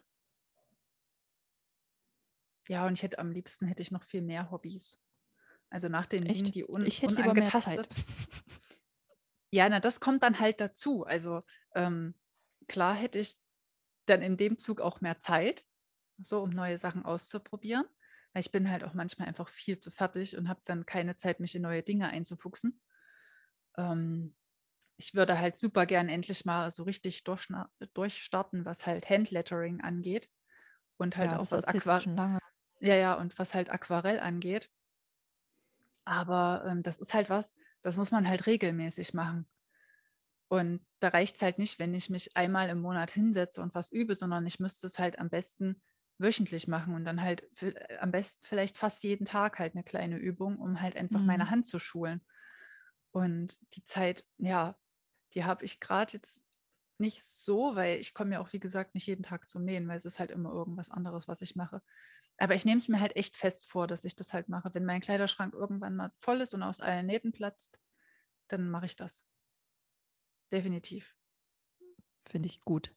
Ja, und am liebsten hätte ich noch viel mehr Hobbys. Also, nach den Dingen, Echt? die Ich hätte lieber mehr Zeit. unangetastet, ja, na, das kommt dann halt dazu. Also, klar hätte ich dann in dem Zug auch mehr Zeit, so, um neue Sachen auszuprobieren, weil ich bin halt auch manchmal einfach viel zu fertig und habe dann keine Zeit, mich in neue Dinge einzufuchsen. Ähm, ich würde halt super gern endlich mal so richtig durchstarten, was halt Handlettering angeht und halt Ja, auch das was erzählst du schon lange. Ja, ja, und was halt Aquarell angeht. Aber, das ist halt was, das muss man halt regelmäßig machen. Und da reicht's halt nicht, wenn ich mich einmal im Monat hinsetze und was übe, sondern ich müsste es halt am besten wöchentlich machen und dann halt am besten vielleicht fast jeden Tag halt eine kleine Übung, um halt einfach meine Mhm. Hand zu schulen. Und die Zeit, ja, die habe ich gerade jetzt nicht so, weil ich komme ja auch, wie gesagt, nicht jeden Tag zum Nähen, weil es ist halt immer irgendwas anderes, was ich mache. Aber ich nehme es mir halt echt fest vor, dass ich das halt mache. Wenn mein Kleiderschrank irgendwann mal voll ist und aus allen Nähten platzt, dann mache ich das. Definitiv. Finde ich gut.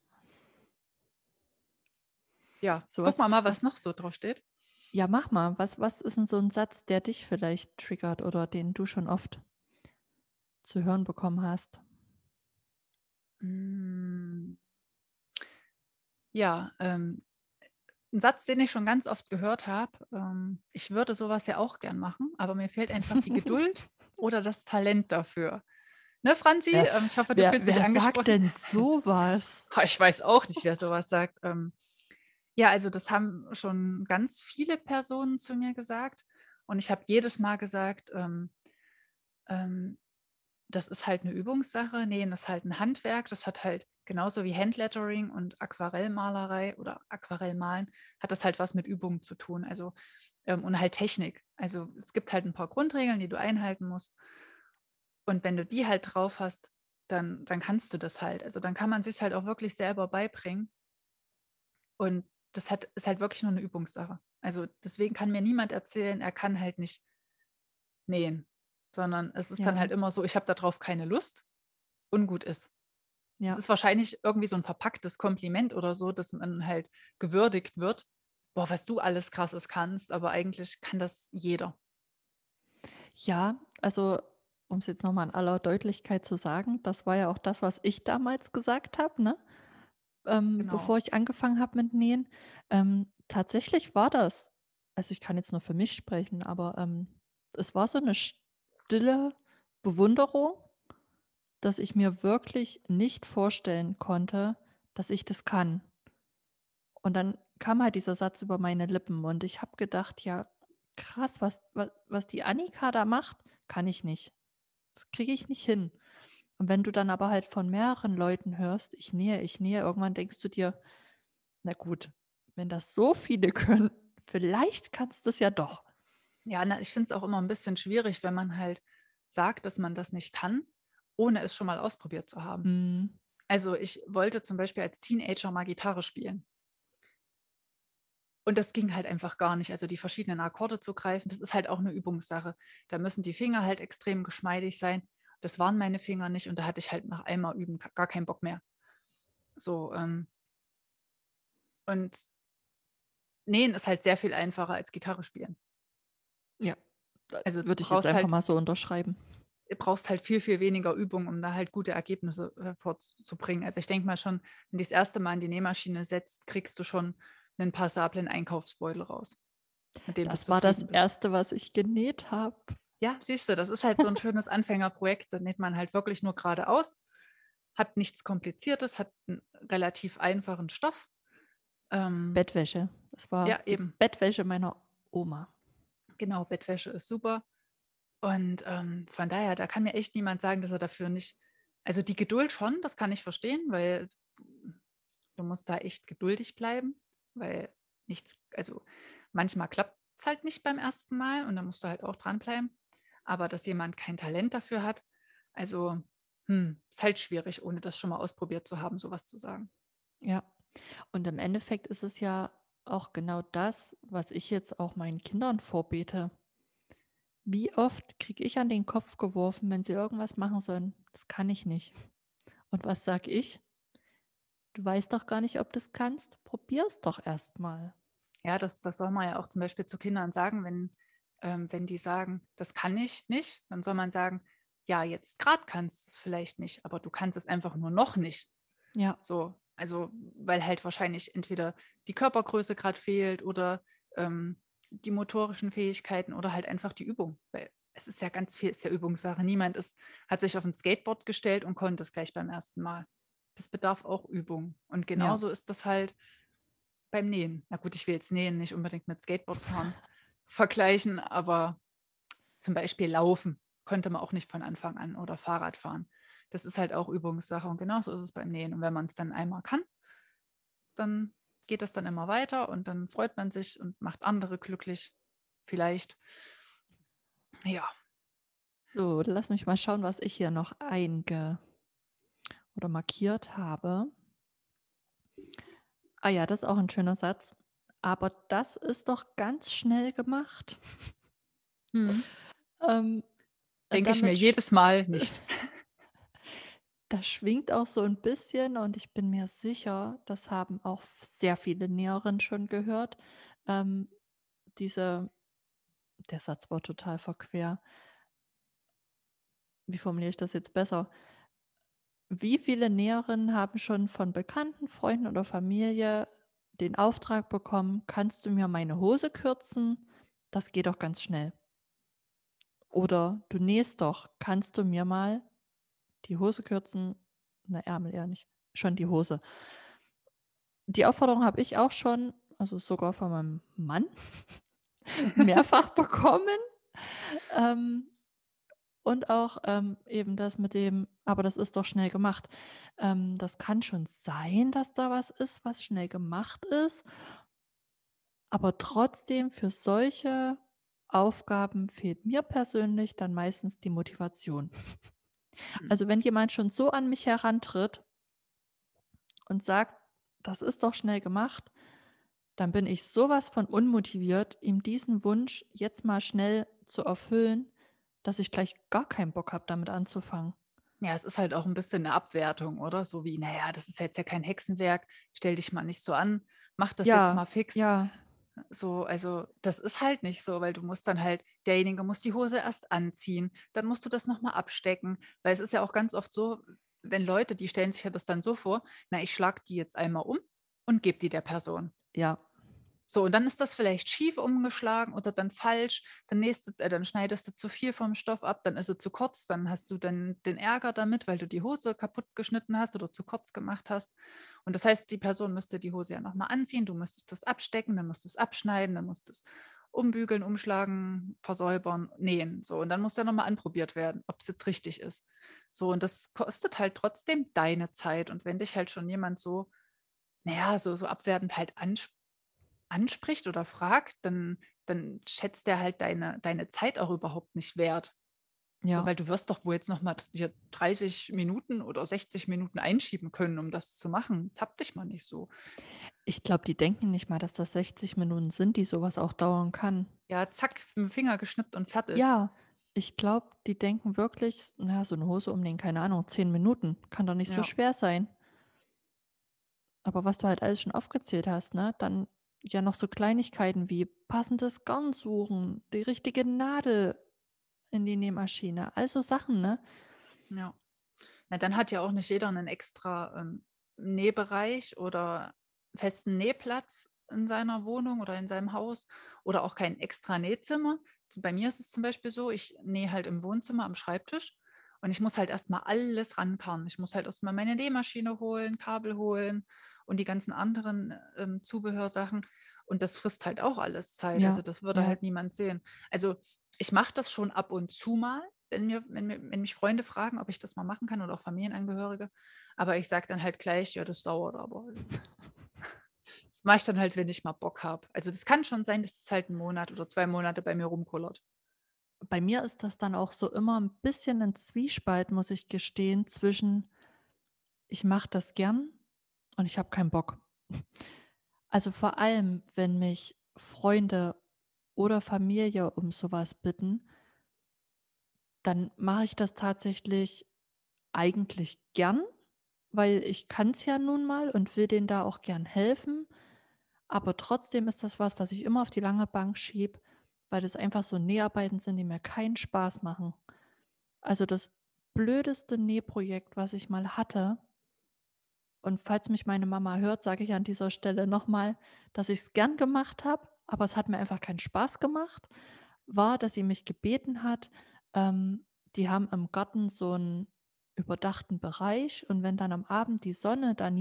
Ja, So guck was, mal, was, was noch so drauf steht. ja, mach mal. Was ist denn so ein Satz, der dich vielleicht triggert oder den du schon oft zu hören bekommen hast? Mm, Ja, ein Satz, den ich schon ganz oft gehört habe. Ich würde sowas ja auch gern machen, aber mir fehlt einfach die Geduld oder das Talent dafür. Ne, Franzi? Wer, Ich hoffe, du wer, fühlst dich wer sagt angesprochen. denn sowas? Ich weiß auch nicht, wer sowas sagt. Ja, also das haben schon ganz viele Personen zu mir gesagt und ich habe jedes Mal gesagt, ähm, das ist halt eine Übungssache. Nähen ist halt ein Handwerk. Das hat halt genauso wie Handlettering und Aquarellmalerei oder Aquarellmalen hat das halt was mit Übungen zu tun, also, und halt Technik. Also, es gibt halt ein paar Grundregeln, die du einhalten musst und wenn du die halt drauf hast, dann kannst du das halt. Also, dann kann man sich's halt auch wirklich selber beibringen und das ist halt wirklich nur eine Übungssache. Also, deswegen kann mir niemand erzählen, er kann halt nicht nähen, sondern es ist dann Ja, halt immer so, ich habe da drauf keine Lust und gut ist. Es ja. ist wahrscheinlich irgendwie so 'n verpacktes Kompliment oder so, dass man halt gewürdigt wird: „Boah, was du alles Krasses kannst“, aber eigentlich kann das jeder. Ja, also um es jetzt noch mal in aller Deutlichkeit zu sagen, das war ja auch das, was ich damals gesagt habe, ne? Genau. Bevor ich angefangen habe mit Nähen. Tatsächlich war das, also, ich kann jetzt nur für mich sprechen, aber, es war so eine stille Bewunderung, dass ich mir wirklich nicht vorstellen konnte, dass ich das kann. Und dann kam halt dieser Satz über meine Lippen und ich habe gedacht: „Ja, krass, was die Annika da macht, kann ich nicht. Das kriege ich nicht hin.“ Und wenn du dann aber halt von mehreren Leuten hörst: ich nähe“, irgendwann denkst du dir: „Na gut, wenn das so viele können, vielleicht kannst du's ja doch.“ Ja, na, ich finde es auch immer 'n bisschen schwierig, wenn man halt sagt, dass man das nicht kann, ohne es schon mal ausprobiert zu haben. Mhm. Also, ich wollte zum Beispiel als Teenager mal Gitarre spielen und das ging halt einfach gar nicht. Also, die verschiedenen Akkorde zu greifen, das ist halt auch 'ne Übungssache. Da müssen die Finger halt extrem geschmeidig sein. Das waren meine Finger nicht und da hatte ich halt nach einmal üben gar keinen Bock mehr. So, und Nähen ist halt sehr viel einfacher als Gitarre spielen. Ja, Also, würde ich jetzt einfach mal so unterschreiben. brauchst halt viel, viel weniger Übung, um da halt gute Ergebnisse hervorzubringen. Also, ich denke mal schon, wenn du das erste Mal in die Nähmaschine setzt, kriegst du schon 'nen passablen Einkaufsbeutel raus, mit dem du Das war das zufrieden bist. Erste, was ich genäht habe. Ja, siehst du, das ist halt so 'n schönes Anfängerprojekt. Da näht man halt wirklich nur geradeaus, hat nichts Kompliziertes, hat 'n relativ einfachen Stoff. Ähm, Bettwäsche. Das war ja, die eben, Bettwäsche meiner Oma. genau, Bettwäsche ist super. Und, von daher, da kann mir echt niemand sagen, dass er dafür nicht also, die Geduld schon, das kann ich verstehen, weil du musst da echt geduldig bleiben, weil nichts also, manchmal klappt's halt nicht beim ersten Mal und dann musst du halt auch dranbleiben. Aber dass jemand kein Talent dafür hat, also, ist halt schwierig, ohne das schon mal ausprobiert zu haben, so was zu sagen. Ja. Und im Endeffekt ist es ja auch genau das, was ich jetzt auch meinen Kindern vorbete. Wie oft kriege ich an den Kopf geworfen, wenn sie irgendwas machen sollen: „Das kann ich nicht.“ Und was sage ich? „Du weißt doch gar nicht, ob du's kannst. Probier's doch erst mal.“ Ja, das soll man ja auch zum Beispiel zu Kindern sagen, wenn die sagen: „Das kann ich nicht“, dann soll man sagen: „Ja, jetzt grad kannst du's vielleicht nicht, aber du kannst es einfach nur noch nicht.“ Ja, So, also, weil halt wahrscheinlich entweder die Körpergröße grad fehlt oder, die motorischen Fähigkeiten oder halt einfach die Übung, weil es ist ja ganz viel ist ja Übungssache. Niemand hat sich auf 'n Skateboard gestellt und konnte es gleich beim ersten Mal. Das bedarf auch Übung. Und ja. genauso ist das halt beim Nähen. Na gut, ich will jetzt Nähen nicht unbedingt mit Skateboardfahren vergleichen, aber zum Beispiel Laufen konnte man auch nicht von Anfang an oder Fahrradfahren. Das ist halt auch Übungssache und genauso ist es beim Nähen. Und wenn man's dann einmal kann, dann geht es dann immer weiter und dann freut man sich und macht andere glücklich, vielleicht. Ja. So, lass mich mal schauen, was ich hier noch oder markiert habe. Ah ja, das ist auch ein schöner Satz. Aber das ist doch ganz schnell gemacht. Mhm. Ähm, Denke ich mir damit sch jedes Mal nicht. Das schwingt auch so ein bisschen und ich bin mir sicher, das haben auch sehr viele Näherinnen schon gehört. Ähm, diese Der Satz war total verquer. Wie formuliere ich das jetzt besser? Wie viele Näherinnen haben schon von Bekannten, Freunden oder Familie den Auftrag bekommen: „Kannst du mir meine Hose kürzen? Das geht doch ganz schnell.“ Oder: „Du nähst doch, kannst du mir mal die Hose kürzen?“ Na, Ärmel eher nicht, schon die Hose. Die Aufforderung habe ich auch schon, also sogar von meinem Mann, mehrfach bekommen. Ähm, und auch, eben das mit dem: „Aber das ist doch schnell gemacht.“ Das kann schon sein, dass da was ist, was schnell gemacht ist, aber trotzdem für solche Aufgaben fehlt mir persönlich dann meistens die Motivation. Mhm. Also, wenn jemand schon so an mich herantritt und sagt: „Das ist doch schnell gemacht“, dann bin ich sowas von unmotiviert, ihm diesen Wunsch jetzt mal schnell zu erfüllen, dass ich gleich gar keinen Bock habe, damit anzufangen. Ja, es ist halt auch ein bisschen 'ne Abwertung, oder? So wie: „Na ja, das ist jetzt ja kein Hexenwerk, stell dich mal nicht so an, mach das jetzt Ja, mal fix.“ ja, So, also, das ist halt nicht so, weil du musst dann halt derjenige muss die Hose erst anziehen, dann musst du das noch mal abstecken, weil es ist ja auch ganz oft so, wenn Leute die stellen sich ja das dann so vor: „Na, ich schlage die jetzt einmal um und gebe die der Person.“ ja, So, und dann ist das vielleicht schief umgeschlagen oder dann falsch, dann schneidest du zu viel vom Stoff ab, dann ist sie zu kurz, dann hast du dann den Ärger damit, weil du die Hose kaputt geschnitten hast oder zu kurz gemacht hast. Und das heißt, die Person müsste die Hose ja noch mal anziehen, du müsstest das abstecken, dann musst du's abschneiden, dann musst du's umbügeln, umschlagen, versäubern, nähen, so. Und dann muss ja noch mal anprobiert werden, ob's jetzt richtig ist. So, und das kostet halt trotzdem deine Zeit. Und wenn dich halt schon jemand so, na ja, so abwertend halt anspricht oder fragt, dann schätzt der halt deine Zeit auch überhaupt nicht wert. So, ja. weil du wirst doch wohl jetzt noch mal hier 30 Minuten oder 60 Minuten einschieben können, um das zu machen. Jetzt hab dich mal nicht so. Ich glaube, die denken nicht mal, dass das 60 Minuten sind, die sowas auch dauern kann. Ja, zack, mit'm Finger geschnippt und fertig. Ja, ich glaube, die denken wirklich, na ja, so 'ne Hose umnähen, keine Ahnung, 10 Minuten, kann doch nicht so Ja. schwer sein. Aber was du halt alles schon aufgezählt hast, ne? Dann ja noch so Kleinigkeiten wie passendes Garn suchen, die richtige Nadel in die Nähmaschine, all so Sachen, ne? Ja. Na, dann hat ja auch nicht jeder 'nen extra, Nähbereich oder festen Nähplatz in seiner Wohnung oder in seinem Haus oder auch kein extra Nähzimmer. Bei mir ist es zum Beispiel so, ich nähe halt im Wohnzimmer am Schreibtisch und ich muss halt erst mal alles rankarren. Ich muss halt erst mal meine Nähmaschine holen, Kabel holen und die ganzen anderen, Zubehörsachen und das frisst halt auch alles Zeit. Also, Ja, das würde ja. halt niemand sehen. Also, ich mache das schon ab und zu mal, wenn mich Freunde fragen, ob ich das mal machen kann oder auch Familienangehörige. Aber ich sage dann halt gleich: „Ja, das dauert aber.“ Das mache ich dann halt, wenn ich mal Bock habe. Also, das kann schon sein, dass es halt 'n Monat oder 2 Monate bei mir rumkullert. Bei mir ist das dann auch so immer 'n bisschen 'n Zwiespalt, muss ich gestehen, zwischen: „Ich mache das gern und ich habe keinen Bock.“ Also, vor allem, wenn mich Freunde oder Familie um so was bitten, dann mache ich das tatsächlich eigentlich gern, weil ich kann's ja nun mal und will denen da auch gern helfen. Aber trotzdem ist das was, was ich immer auf die lange Bank schiebe, weil das einfach so Näharbeiten sind, die mir keinen Spaß machen. Also, das blödeste Nähprojekt, was ich mal hatte, und falls mich meine Mama hört, sage ich an dieser Stelle noch mal, dass ich's gern gemacht habe, aber es hat mir einfach keinen Spaß gemacht, war, dass sie mich gebeten hat, die haben im Garten so 'n überdachten Bereich und wenn dann am Abend die Sonne da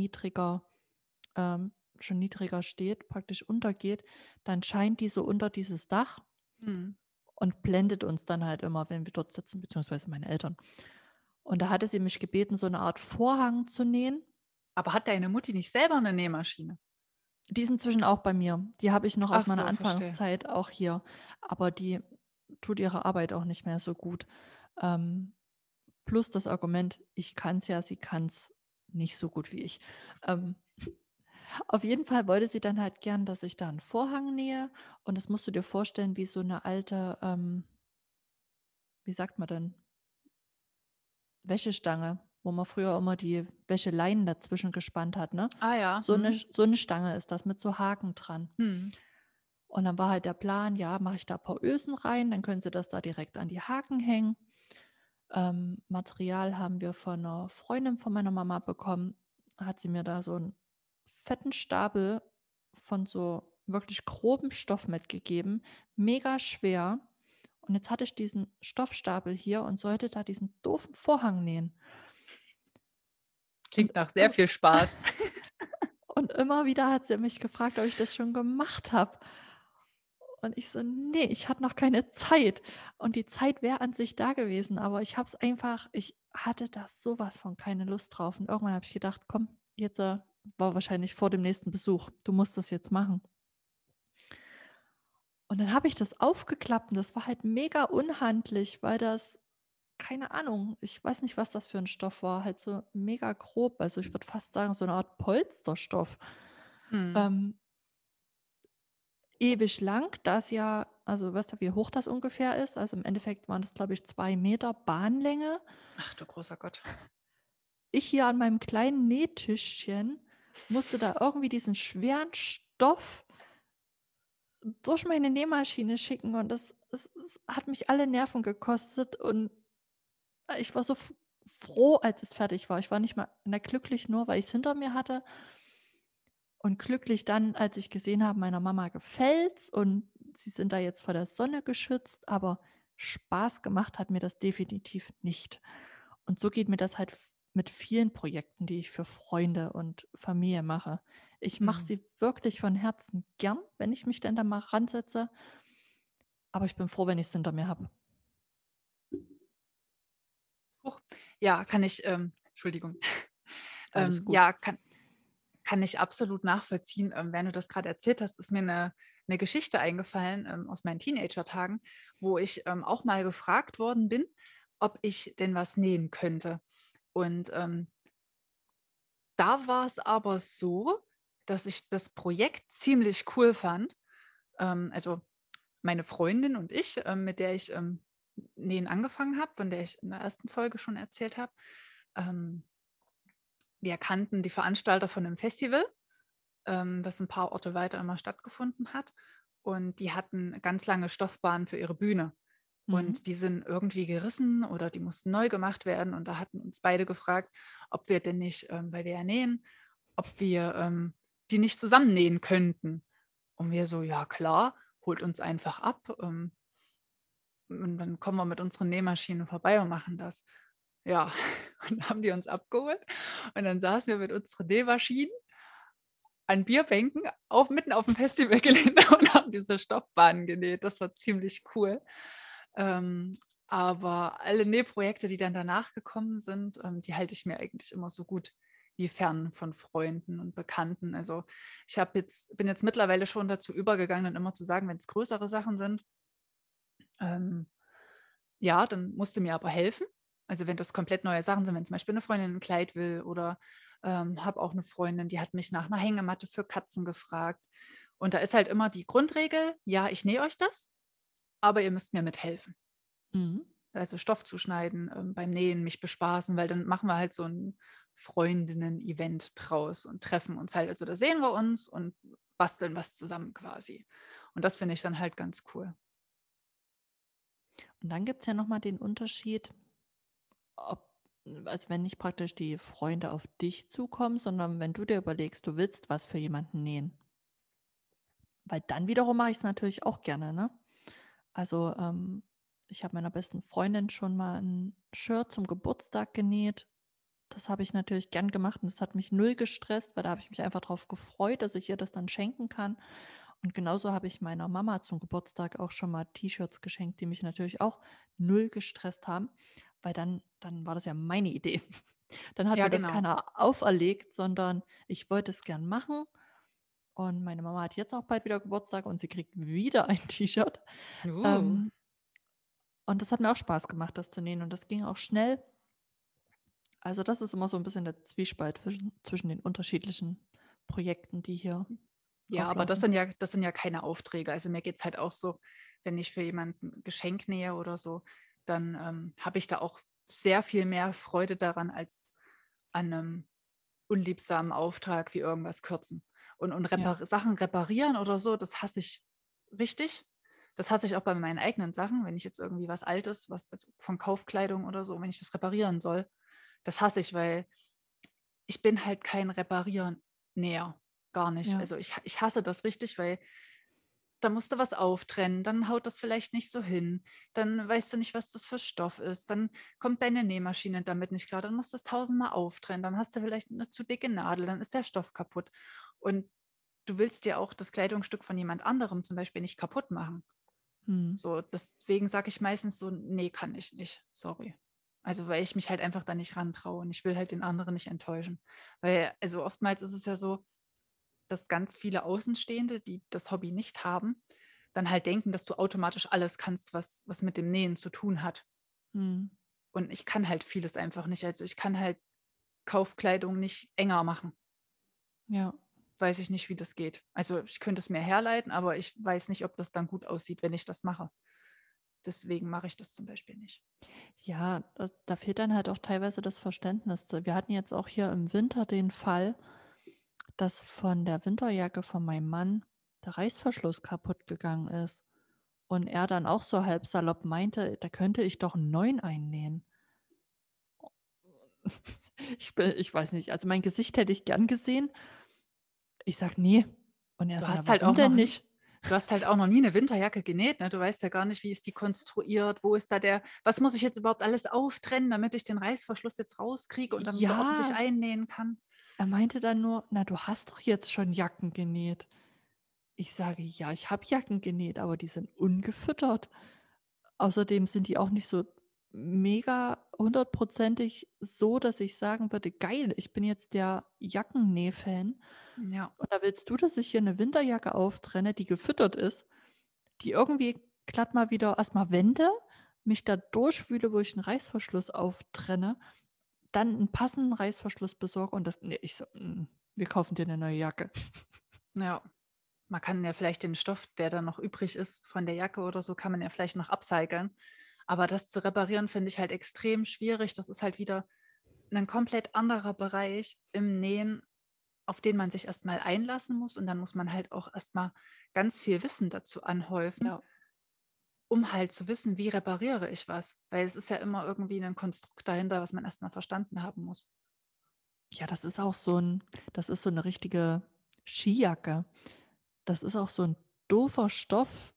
schon niedriger steht, praktisch untergeht, dann scheint die so unter dieses Dach Mhm. und blendet uns dann halt immer, wenn wir dort sitzen, beziehungsweise meine Eltern. Und da hatte sie mich gebeten, so 'ne Art Vorhang zu nähen. Aber hat deine Mutti nicht selber 'ne Nähmaschine? Die ist inzwischen auch bei mir. Die habe ich noch aus Ach meiner so, verstehe. Anfangszeit auch hier, aber die tut ihre Arbeit auch nicht mehr so gut. Ähm, plus das Argument: „Ich kann's ja, sie kann's nicht so gut wie ich." Ähm, auf jeden Fall wollte sie dann halt gern, dass ich da 'n Vorhang nähe, und das musst du dir vorstellen wie so 'ne alte, wie sagt man denn, Wäschestange, wo man früher immer die Wäscheleinen dazwischen gespannt hat, ne? Ah ja, So 'ne Stange ist das mit so Haken dran. mhm. Und dann war halt der Plan, ja, mache ich da ein paar Ösen rein, dann können sie das da direkt an die Haken hängen. Material haben wir von einer Freundin von meiner Mama bekommen. Hat sie mir da so einen fetten Stapel von so wirklich grobem Stoff mitgegeben, mega schwer. Und jetzt hatte ich diesen Stoffstapel hier und sollte da diesen doofen Vorhang nähen. Und Klingt nach sehr viel Spaß. und immer wieder hat sie mich gefragt, ob ich das schon gemacht habe. Und ich so: „Ne, ich hatte noch keine Zeit." Und die Zeit wäre an sich da gewesen, aber ich hatte da so was von keine Lust drauf. Und irgendwann habe ich gedacht: „Komm, jetzt, war wahrscheinlich vor dem nächsten Besuch. Du musst das jetzt machen." Und dann habe ich das aufgeklappt und das war halt mega unhandlich, weil das, keine Ahnung, ich weiß nicht, was das für 'n Stoff war, halt so mega grob. Also, ich würde fast sagen, so 'ne Art Polsterstoff. Mhm. Ähm, ewig lang, das ja, also, weißt du, wie hoch das ungefähr ist? Also, im Endeffekt waren das, glaube ich, 2 Meter Bahnlänge. Ach du großer Gott. Ich hier an meinem kleinen Nähtischchen musste da irgendwie diesen schweren Stoff durch meine Nähmaschine schicken, und es hat mich alle Nerven gekostet, und ich war so froh, als es fertig war. Ich war nicht mal, glücklich nur, weil ich's hinter mir hatte, und glücklich dann, als ich gesehen habe, meiner Mama gefällt's und sie sind da jetzt vor der Sonne geschützt, aber Spaß gemacht hat mir das definitiv nicht. Und so geht mir das halt mit vielen Projekten, die ich für Freunde und Familie mache. Ich mache Mhm. sie wirklich von Herzen gern, wenn ich mich denn da mal ransetze, aber ich bin froh, wenn ich's hinter mir habe. Huch. Ja, kann ich Entschuldigung. Alles gut. Ja, kann ich absolut nachvollziehen. Während du das gerade erzählt hast, ist mir eine Geschichte eingefallen, aus meinen Teenagertagen, wo ich, auch mal gefragt worden bin, ob ich denn was nähen könnte. Und, da war es aber so, dass ich das Projekt ziemlich cool fand. Also, meine Freundin und ich, mit der ich, Nähen angefangen habe, von der ich in der ersten Folge schon erzählt habe, ähm, wir kannten die Veranstalter von 'nem Festival, das ein paar Orte weiter immer stattgefunden hat. Und die hatten ganz lange Stoffbahnen für ihre Bühne. Mhm. Und die sind irgendwie gerissen oder die mussten neu gemacht werden. Und da hatten uns beide gefragt, ob wir denn nicht, weil wir ja nähen, ob wir, die nicht zusammennähen könnten. Und wir so: „Ja klar, holt uns einfach ab, und dann kommen wir mit unseren Nähmaschinen vorbei und machen das." Ja, und dann haben die uns abgeholt und dann saßen wir mit unseren Nähmaschinen an Bierbänken mitten aufm Festivalgelände und haben diese Stoffbahnen genäht. Das war ziemlich cool. Ähm, aber alle Nähprojekte, die dann danach gekommen sind, die halte ich mir eigentlich immer so gut wie fern von Freunden und Bekannten. Also, bin jetzt mittlerweile schon dazu übergegangen, dann immer zu sagen, wenn's größere Sachen sind, ähm, ja, dann musst du mir aber helfen. Also, wenn das komplett neue Sachen sind, wenn zum Beispiel 'ne Freundin 'n Kleid will oder, habe auch 'ne Freundin, die hat mich nach 'ner Hängematte für Katzen gefragt. Und da ist halt immer die Grundregel: „Ja, ich nähe euch das, aber ihr müsst mir mithelfen." Mhm. Also, Stoff zuschneiden, beim Nähen, mich bespaßen, weil dann machen wir halt so 'n Freundinnen-Event draus und treffen uns halt. Also, da sehen wir uns und basteln was zusammen quasi. Und das finde ich dann halt ganz cool. Und dann gibt's ja noch mal den Unterschied, ob, also, wenn nicht praktisch die Freunde auf dich zukommen, sondern wenn du dir überlegst, du willst was für jemanden nähen. Weil dann wiederum mache ich's natürlich auch gerne, ne? Also, ich habe meiner besten Freundin schon mal ein Shirt zum Geburtstag genäht. Das habe ich natürlich gern gemacht und das hat mich null gestresst, weil da habe ich mich einfach drauf gefreut, dass ich ihr das dann schenken kann. Und genauso habe ich meiner Mama zum Geburtstag auch schon mal T-Shirts geschenkt, die mich natürlich auch null gestresst haben, weil dann war das ja meine Idee. Dann hat Ja, mir das genau. keiner auferlegt, sondern ich wollte es gern machen, Und meine Mama hat jetzt auch bald wieder Geburtstag und sie kriegt wieder ein T-Shirt. Uh. Ähm, und das hat mir auch Spaß gemacht, das zu nähen und das ging auch schnell. Also, das ist immer so ein bisschen der Zwiespalt zwischen den unterschiedlichen Projekten, die hier Ja, aber auflaufen. das sind ja keine Aufträge. Also mir geht es halt auch so, wenn ich für jemanden 'n Geschenk nähe oder so, dann, habe ich da auch sehr viel mehr Freude daran als an 'nem unliebsamen Auftrag wie irgendwas kürzen. Und Ja, Sachen reparieren oder so, das hasse ich richtig. Das hasse ich auch bei meinen eigenen Sachen, wenn ich jetzt irgendwie was Altes, was also von Kaufkleidung oder so, wenn ich das reparieren soll. Das hasse ich, weil ich bin halt kein Reparieren-Näher, gar nicht. ja. Also, ich hasse das richtig, weil da musst du was auftrennen, dann haut das vielleicht nicht so hin, dann weißt du nicht, was das für Stoff ist, dann kommt deine Nähmaschine damit nicht klar, dann musst du es tausendmal auftrennen, dann hast du vielleicht 'ne zu dicke Nadel, dann ist der Stoff kaputt. Und du willst ja auch das Kleidungsstück von jemand anderem zum Beispiel nicht kaputt machen. Mhm. So, deswegen sage ich meistens so: „Ne, kann ich nicht, sorry.“ Also, weil ich mich halt einfach da nicht rantraue und ich will halt den anderen nicht enttäuschen. Weil also, oftmals ist es ja so, dass ganz viele Außenstehende, die das Hobby nicht haben, dann halt denken, dass du automatisch alles kannst, was mit dem Nähen zu tun hat. Mhm. Und ich kann halt vieles einfach nicht. Also, ich kann halt Kaufkleidung nicht enger machen. Ja. Weiß ich nicht, wie das geht. Also, ich könnte es mir herleiten, aber ich weiß nicht, ob das dann gut aussieht, wenn ich das mache. Deswegen mache ich das zum Beispiel nicht. Ja, da fehlt dann halt auch teilweise das Verständnis. Wir hatten jetzt auch hier im Winter den Fall, dass von der Winterjacke von meinem Mann der Reißverschluss kaputt gegangen ist und er dann auch so halb salopp meinte, da könnte ich doch 'n neuen einnähen. Ich weiß nicht, also mein Gesicht hätte ich gern gesehen. Ich sage: „Ne." Und er Du so: „Na, hast halt warum auch denn noch nicht?" Du hast halt auch noch nie 'ne Winterjacke genäht, ne? Du weißt ja gar nicht, wie ist die konstruiert? Wo ist da der was muss ich jetzt überhaupt alles auftrennen, damit ich den Reißverschluss jetzt rauskriege und dann wieder ordentlich Ja, einnähen kann? er meinte dann nur: „Na, du hast doch jetzt schon Jacken genäht." Ich sage: „Ja, ich habe Jacken genäht, aber die sind ungefüttert." Außerdem sind die auch nicht so mega hundertprozentig so, dass ich sagen würde: „Geil, ich bin jetzt der Jackennäh-Fan." Ja, Und da willst du, dass ich hier 'ne Winterjacke auftrenne, die gefüttert ist, die irgendwie glatt mal wieder erst mal wende, mich da durchwühle, wo ich 'n Reißverschluss auftrenne, dann 'n passenden Reißverschluss besorge und das ne, ich so: wir kaufen dir 'ne neue Jacke." ja. Man kann ja vielleicht den Stoff, der dann noch übrig ist von der Jacke oder so, kann man ja vielleicht noch upcyclen. Aber das zu reparieren, finde ich halt extrem schwierig. Das ist halt wieder 'nen komplett anderer Bereich im Nähen, auf den man sich erst mal einlassen muss und dann muss man halt auch erst mal ganz viel Wissen dazu anhäufen, Ja. um halt zu wissen, wie repariere ich was? Weil es ist ja immer irgendwie 'nen Konstrukt dahinter, was man erst mal verstanden haben muss. Ja, das ist so 'ne richtige Skijacke. Das ist auch so 'n doofer Stoff.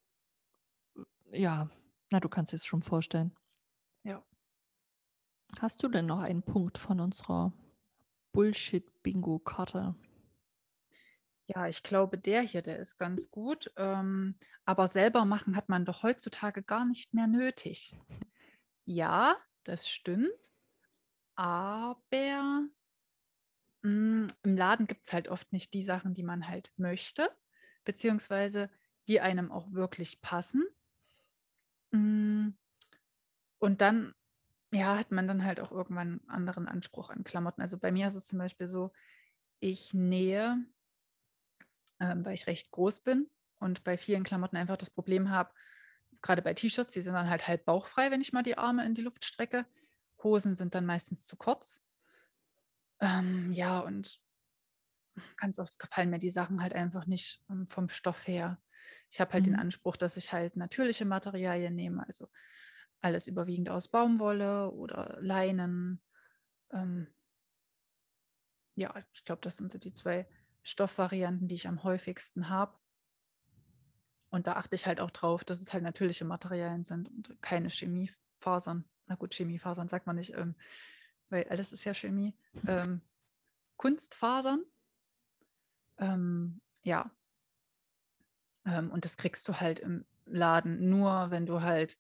Ja, na, du kannst dir's schon vorstellen. Ja. Hast du denn noch einen Punkt von unserer Bullshit-Bingo-Karte? Ja, ich glaube, der hier, der ist ganz gut. Aber selber machen hat man doch heutzutage gar nicht mehr nötig. Ja, das stimmt, aber, im Laden gibt's halt oft nicht die Sachen, die man halt möchte, beziehungsweise die einem auch wirklich passen. Hm, und dann, ja, hat man dann halt auch irgendwann 'n anderen Anspruch an Klamotten. Also, bei mir ist es zum Beispiel so, ich nähe, weil ich recht groß bin und bei vielen Klamotten einfach das Problem habe, grade bei T-Shirts, die sind dann halt halb bauchfrei, wenn ich mal die Arme in die Luft strecke. Hosen sind dann meistens zu kurz. Ja, und ganz oft gefallen mir die Sachen halt einfach nicht, vom Stoff her. Ich habe halt den Mhm. Anspruch, dass ich halt natürliche Materialien nehme, also alles überwiegend aus Baumwolle oder Leinen. Ähm, ja, ich glaube, das sind so die 2 Stoffvarianten, die ich am häufigsten habe. Und da achte ich halt auch drauf, dass es halt natürliche Materialien sind und keine Chemiefasern. Na gut, Chemiefasern sagt man nicht, weil alles ist ja Chemie. Ähm, Kunstfasern. Ja, und das kriegst du halt im Laden nur, wenn du halt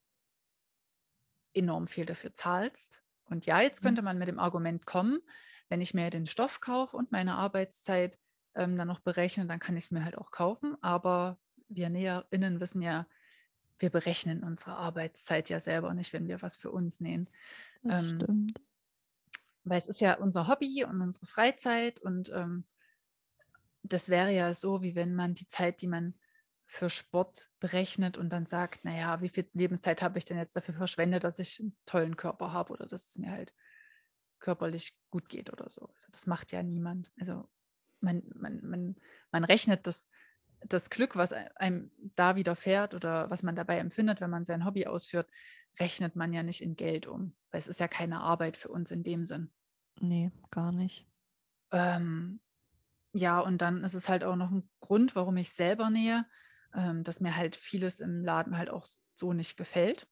enorm viel dafür zahlst. Und ja, jetzt Ja. könnte man mit dem Argument kommen, wenn ich mir den Stoff kaufe und meine Arbeitszeit, dann noch berechne, dann kann ich es mir halt auch kaufen. Aber wir NäherInnen wissen ja, wir berechnen unsere Arbeitszeit ja selber nicht, wenn wir was für uns nähen. Das Ähm, stimmt. weil es ist ja unser Hobby und unsere Freizeit und das wäre ja so, wie wenn man die Zeit, die man für Sport berechnet und dann sagt, naja, wie viel Lebenszeit habe ich denn jetzt dafür verschwendet, dass ich einen tollen Körper habe oder dass es mir halt körperlich gut geht oder so. Also das macht ja niemand. Also man rechnet das Glück, was einem da widerfährt oder was man dabei empfindet, wenn man sein Hobby ausführt, rechnet man ja nicht in Geld um, weil es ist ja keine Arbeit für uns in dem Sinn. Ne, gar nicht. Ähm, ja, und dann ist es halt auch noch ein Grund, warum ich selber nähe, dass mir halt vieles im Laden halt auch so nicht gefällt.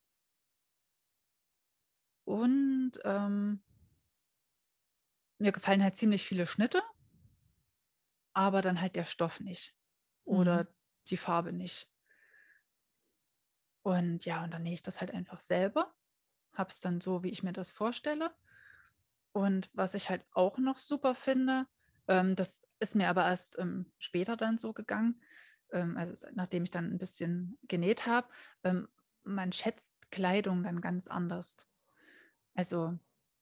Und, mir gefallen halt ziemlich viele Schnitte, aber dann halt der Stoff nicht Mhm. oder die Farbe nicht. Und ja, und dann nähe ich das halt einfach selber, habe es dann so, wie ich mir das vorstelle. Und was ich halt auch noch super finde, das ist mir aber erst, später dann so gegangen, also nachdem ich dann ein bisschen genäht habe, man schätzt Kleidung dann ganz anders. Also,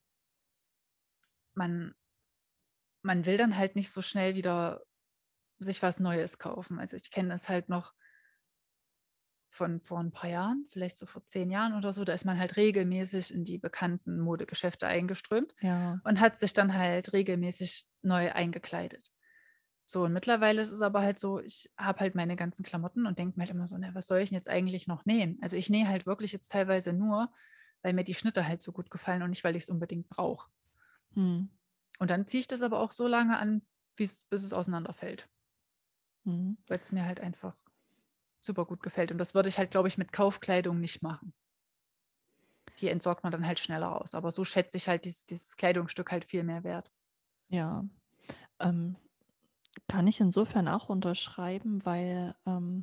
man man will dann halt nicht so schnell wieder sich was Neues kaufen. Also, ich kenne das halt noch von vor ein paar Jahren, vielleicht so vor 10 Jahren oder so, da ist man halt regelmäßig in die bekannten Modegeschäfte eingeströmt Ja. und hat sich dann halt regelmäßig neu eingekleidet. So, und mittlerweile ist es aber halt so, ich habe halt meine ganzen Klamotten und denke mir halt immer so: „Na, was soll ich 'n jetzt eigentlich noch nähen?“ Also, ich nähe halt wirklich jetzt teilweise nur, weil mir die Schnitte halt so gut gefallen und nicht, weil ich's unbedingt brauche. Mhm. Und dann ziehe ich das aber auch so lange an, bis es auseinanderfällt, Mhm. weil es mir halt einfach super gut gefällt. Und das würde ich halt, glaube ich, mit Kaufkleidung nicht machen. Die entsorgt man dann halt schneller aus. Aber so schätze ich halt dieses Kleidungsstück halt viel mehr wert. Ja. Ähm, Kann ich insofern auch unterschreiben, weil,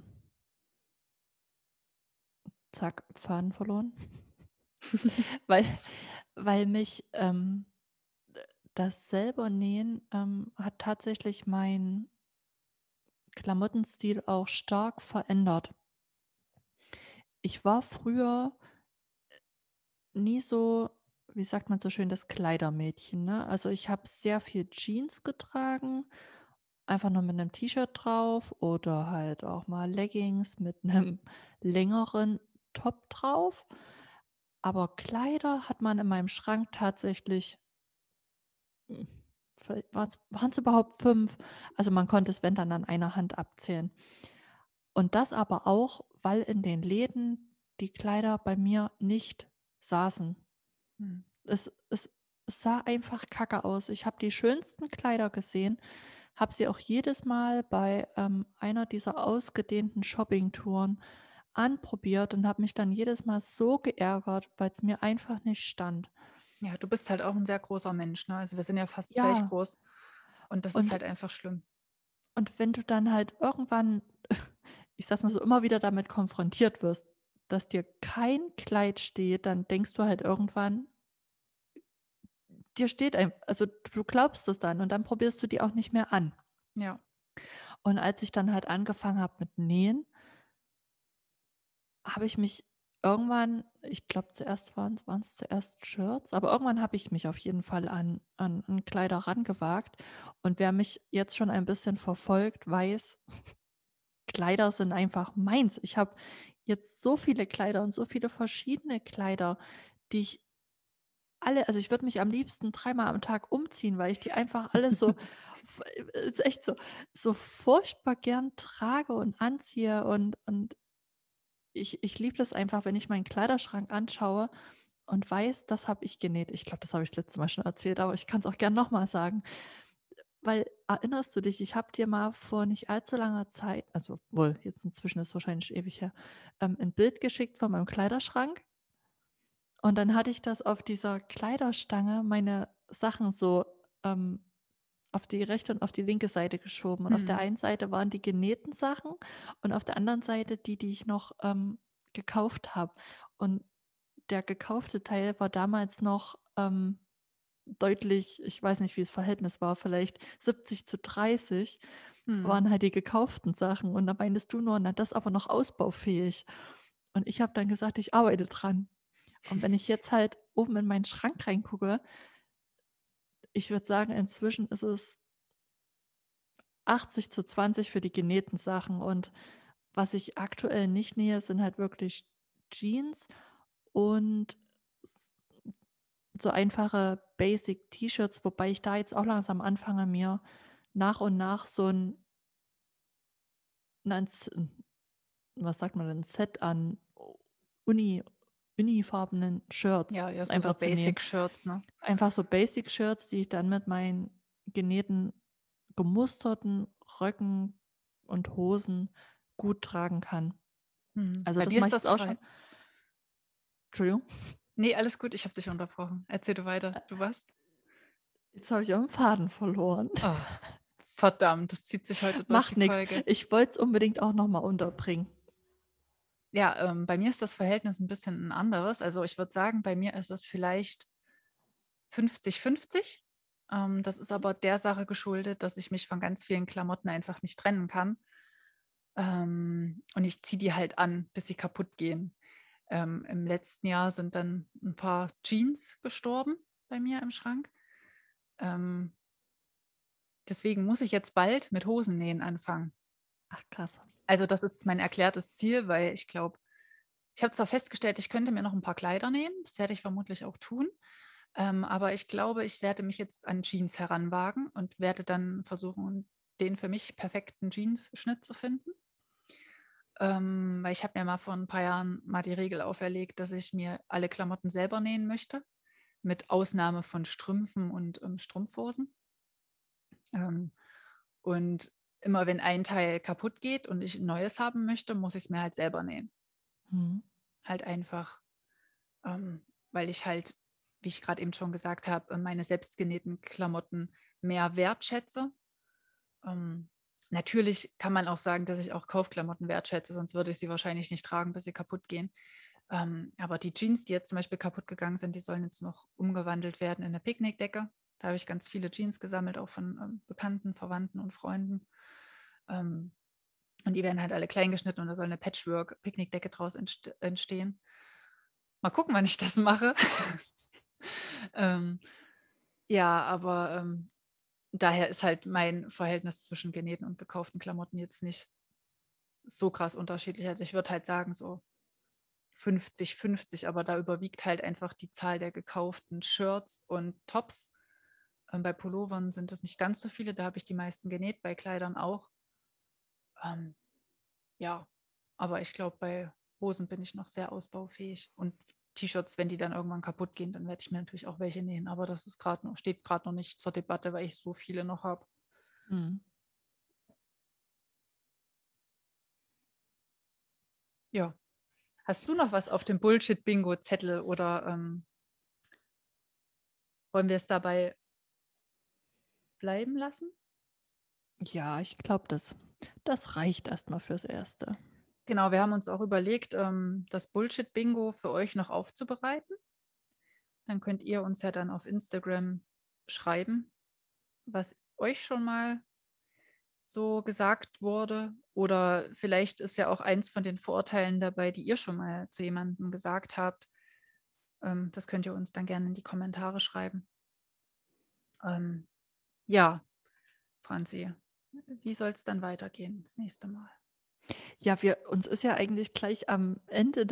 zack, Faden verloren. Weil mich, das selber Nähen, hat tatsächlich meinen Klamottenstil auch stark verändert. Ich war früher nie so, wie sagt man so schön, das Kleidermädchen, ne? Also, ich habe sehr viel Jeans getragen, einfach nur mit einem T-Shirt drauf oder halt auch mal Leggings mit einem längeren Top drauf. Aber Kleider hat man in meinem Schrank tatsächlich, hm, vielleicht waren's überhaupt 5? Also, man konnte es, wenn dann, an einer Hand abzählen. Und das aber auch, weil in den Läden die Kleider bei mir nicht saßen. Mhm. Es sah einfach kacke aus. Ich habe die schönsten Kleider gesehen, habe sie auch jedes Mal bei, einer dieser ausgedehnten Shoppingtouren anprobiert und habe mich dann jedes Mal so geärgert, weil es mir einfach nicht stand. Ja, du bist halt auch ein sehr großer Mensch, ne? Also, wir sind ja fast gleich Ja, groß und das ist und halt einfach schlimm. wenn du dann halt irgendwann, ich sage mal so, immer wieder damit konfrontiert wirst, dass dir kein Kleid steht, dann denkst du halt irgendwann, dir steht also, du glaubst es dann und dann probierst du die auch nicht mehr an. Ja. Und als ich dann halt angefangen habe mit Nähen, habe ich mich irgendwann, ich glaube, zuerst waren's zuerst Shirts, aber irgendwann habe ich mich auf jeden Fall an Kleider rangewagt. Und wer mich jetzt schon ein bisschen verfolgt, weiß, Kleider sind einfach meins. Ich habe jetzt so viele Kleider und so viele verschiedene Kleider, die ich alle, also, ich würde mich am liebsten dreimal am Tag umziehen, weil ich die einfach alle so ist echt so, furchtbar gern trage und anziehe, und ich liebe das einfach, wenn ich meinen Kleiderschrank anschaue und weiß, das habe ich genäht. Ich glaube, das habe ich das letzte Mal schon erzählt, aber ich kann es auch gern noch mal sagen. Weil, erinnerst du dich, ich habe dir mal vor nicht allzu langer Zeit, also wohl, jetzt inzwischen ist wahrscheinlich ewig her, 'n Bild geschickt von meinem Kleiderschrank, und dann hatte ich das auf dieser Kleiderstange, meine Sachen so, ähm, auf die rechte und auf die linke Seite geschoben. Und auf der Mhm. einen Seite waren die genähten Sachen und auf der anderen Seite die, die ich noch, gekauft habe. Und der gekaufte Teil war damals noch, deutlich, ich weiß nicht, wie das Verhältnis war, vielleicht 70:30. Mhm. waren halt die gekauften Sachen. Und da meintest du nur: „Na, das ist aber noch ausbaufähig.“ Und ich habe dann gesagt: „Ich arbeite dran.“ Und wenn ich jetzt halt oben in meinen Schrank reingucke, ich würde sagen, inzwischen ist es 80:20 für die genähten Sachen. Und was ich aktuell nicht nähe, sind halt wirklich Jeans und s so einfache Basic-T-Shirts, wobei ich da jetzt auch langsam anfange, mir nach und nach so 'n was sagt man denn, Set an Uni unifarbenen Shirts Ja, ja, so einfach zu nähen. Basic-Shirts, ne? Einfach so Basic-Shirts, die ich dann mit meinen genähten, gemusterten Röcken und Hosen gut tragen kann. Mhm. Also, Bei das mir mache ist ich jetzt das auch schon. Entschuldigung, Ne, alles gut, ich habe dich unterbrochen. Erzähl du weiter. Du warst? jetzt habe ich auch 'n Faden verloren. Oh, verdammt, das zieht sich heute durch die Macht nix. Folge. Ich wollte es unbedingt auch noch mal unterbringen. Ja, bei mir ist das Verhältnis 'n bisschen 'n anderes. Also, ich würde sagen, bei mir ist es vielleicht 50-50. Das ist aber der Sache geschuldet, dass ich mich von ganz vielen Klamotten einfach nicht trennen kann. Und ich ziehe die halt an, bis sie kaputtgehen. Im letzten Jahr sind dann 'n paar Jeans gestorben bei mir im Schrank. Ähm, Deswegen muss ich jetzt bald mit Hosennähen anfangen. Ach krass. Also, das ist mein erklärtes Ziel, weil ich glaube, ich habe zwar festgestellt, ich könnte mir noch 'n paar Kleider nähen. Das werde ich vermutlich auch tun. Aber ich glaube, ich werde mich jetzt an Jeans heranwagen und werde dann versuchen, den für mich perfekten Jeansschnitt zu finden. Weil ich habe mir mal vor 'n paar Jahren mal die Regel auferlegt, dass ich mir alle Klamotten selber nähen möchte, mit Ausnahme von Strümpfen und, Strumpfhosen. Ähm, und immer wenn ein Teil kaputt geht und ich 'n neues haben möchte, muss ich's mir halt selber nähen. Mhm. Halt einfach, weil ich halt, wie ich grad eben schon gesagt habe, meine selbstgenähten Klamotten mehr wertschätze. Ähm, Natürlich kann man auch sagen, dass ich auch Kaufklamotten wertschätze, sonst würde ich sie wahrscheinlich nicht tragen, bis sie kaputtgehen. Aber die Jeans, die jetzt zum Beispiel kaputt gegangen sind, die sollen jetzt noch umgewandelt werden in 'ne Picknickdecke. Da habe ich ganz viele Jeans gesammelt, auch von, Bekannten, Verwandten und Freunden. Ähm, und die werden halt alle klein geschnitten und da soll 'ne Patchwork-Picknickdecke draus entstehen. Mal gucken, wann ich das mache. Ähm, ja, aber, daher ist halt mein Verhältnis zwischen genähten und gekauften Klamotten jetzt nicht so krass unterschiedlich. Also, ich würde halt sagen, so 50-50, aber da überwiegt halt einfach die Zahl der gekauften Shirts und Tops. Bei Pullovern sind das nicht ganz so viele, da habe ich die meisten genäht, bei Kleidern auch. Ähm, ja, aber ich glaube, bei Hosen bin ich noch sehr ausbaufähig und T-Shirts, wenn die dann irgendwann kaputt gehen, dann werde ich mir natürlich auch welche nähen, aber das ist grad noch steht grad noch nicht zur Debatte, weil ich so viele noch habe. Mhm. Ja. Hast du noch was auf dem Bullshit-Bingo-Zettel oder, wollen wir es dabei bleiben lassen? Ja, ich glaube, das reicht erst mal fürs Erste. Genau, wir haben uns auch überlegt, das Bullshit-Bingo für euch noch aufzubereiten. Dann könnt ihr uns ja dann auf Instagram schreiben, was euch schon mal so gesagt wurde. Oder vielleicht ist ja auch eins von den Vorurteilen dabei, die ihr schon mal zu jemandem gesagt habt. Das könnt ihr uns dann gerne in die Kommentare schreiben. Ähm, ja, Franzi, wie soll es dann weitergehen das nächste Mal? Ja, wir uns ist ja eigentlich gleich am Ende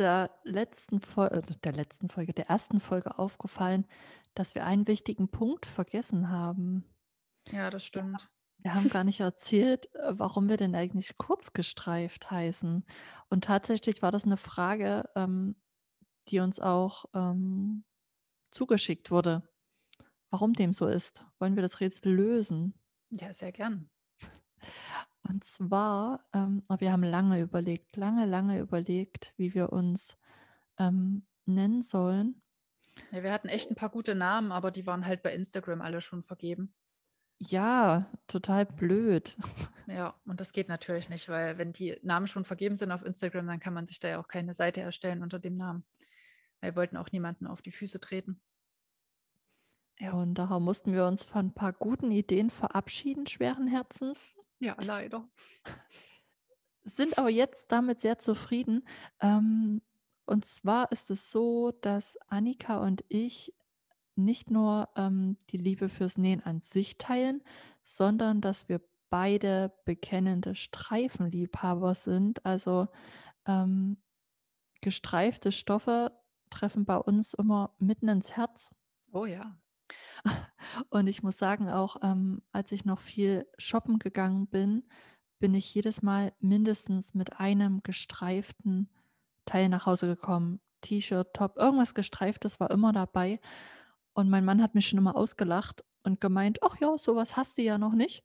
der ersten Folge aufgefallen, dass wir einen wichtigen Punkt vergessen haben. Ja, das stimmt. Wir haben gar nicht erzählt, warum wir denn eigentlich kurzgestreift heißen. Und tatsächlich war das eine Frage, die uns auch, zugeschickt wurde, warum dem so ist. Wollen wir das Rätsel lösen? Ja, sehr gern. Und zwar, wir haben lange überlegt, wie wir uns, nennen sollen. Ja, wir hatten echt ein paar gute Namen, aber die waren halt bei Instagram alle schon vergeben. Ja, total blöd. Ja, und das geht natürlich nicht, weil wenn die Namen schon vergeben sind auf Instagram, dann kann man sich da ja auch keine Seite erstellen unter dem Namen. Wir wollten auch niemanden auf die Füße treten. Ja. Und daher mussten wir uns von ein paar guten Ideen verabschieden, schweren Herzens. Ja, leider. Sind aber jetzt damit sehr zufrieden. Ähm, und zwar ist es so, dass Annika und ich nicht nur, die Liebe fürs Nähen an sich teilen, sondern dass wir beide bekennende Streifenliebhaber sind. Also, ähm, gestreifte Stoffe treffen bei uns immer mitten ins Herz. Oh ja. Und ich muss sagen, auch, als ich noch viel shoppen gegangen bin, bin ich jedes Mal mindestens mit einem gestreiften Teil nach Hause gekommen. T-Shirt, Top, irgendwas Gestreiftes war immer dabei. Und mein Mann hat mich schon immer ausgelacht und gemeint: „Ach ja, sowas hast du ja noch nicht."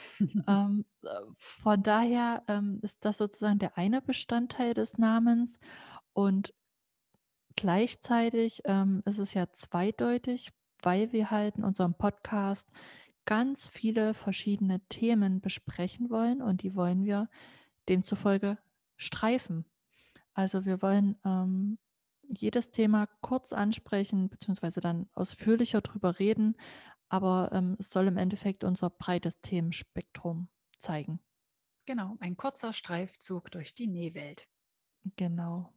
Von daher, ist das sozusagen der eine Bestandteil des Namens und gleichzeitig, ist es ja zweideutig, weil wir halt in unserem Podcast ganz viele verschiedene Themen besprechen wollen und die wollen wir demzufolge streifen. Also, wir wollen, jedes Thema kurz ansprechen beziehungsweise dann ausführlicher drüber reden, aber, es soll im Endeffekt unser breites Themenspektrum zeigen. Genau, ein kurzer Streifzug durch die Nähwelt. Genau.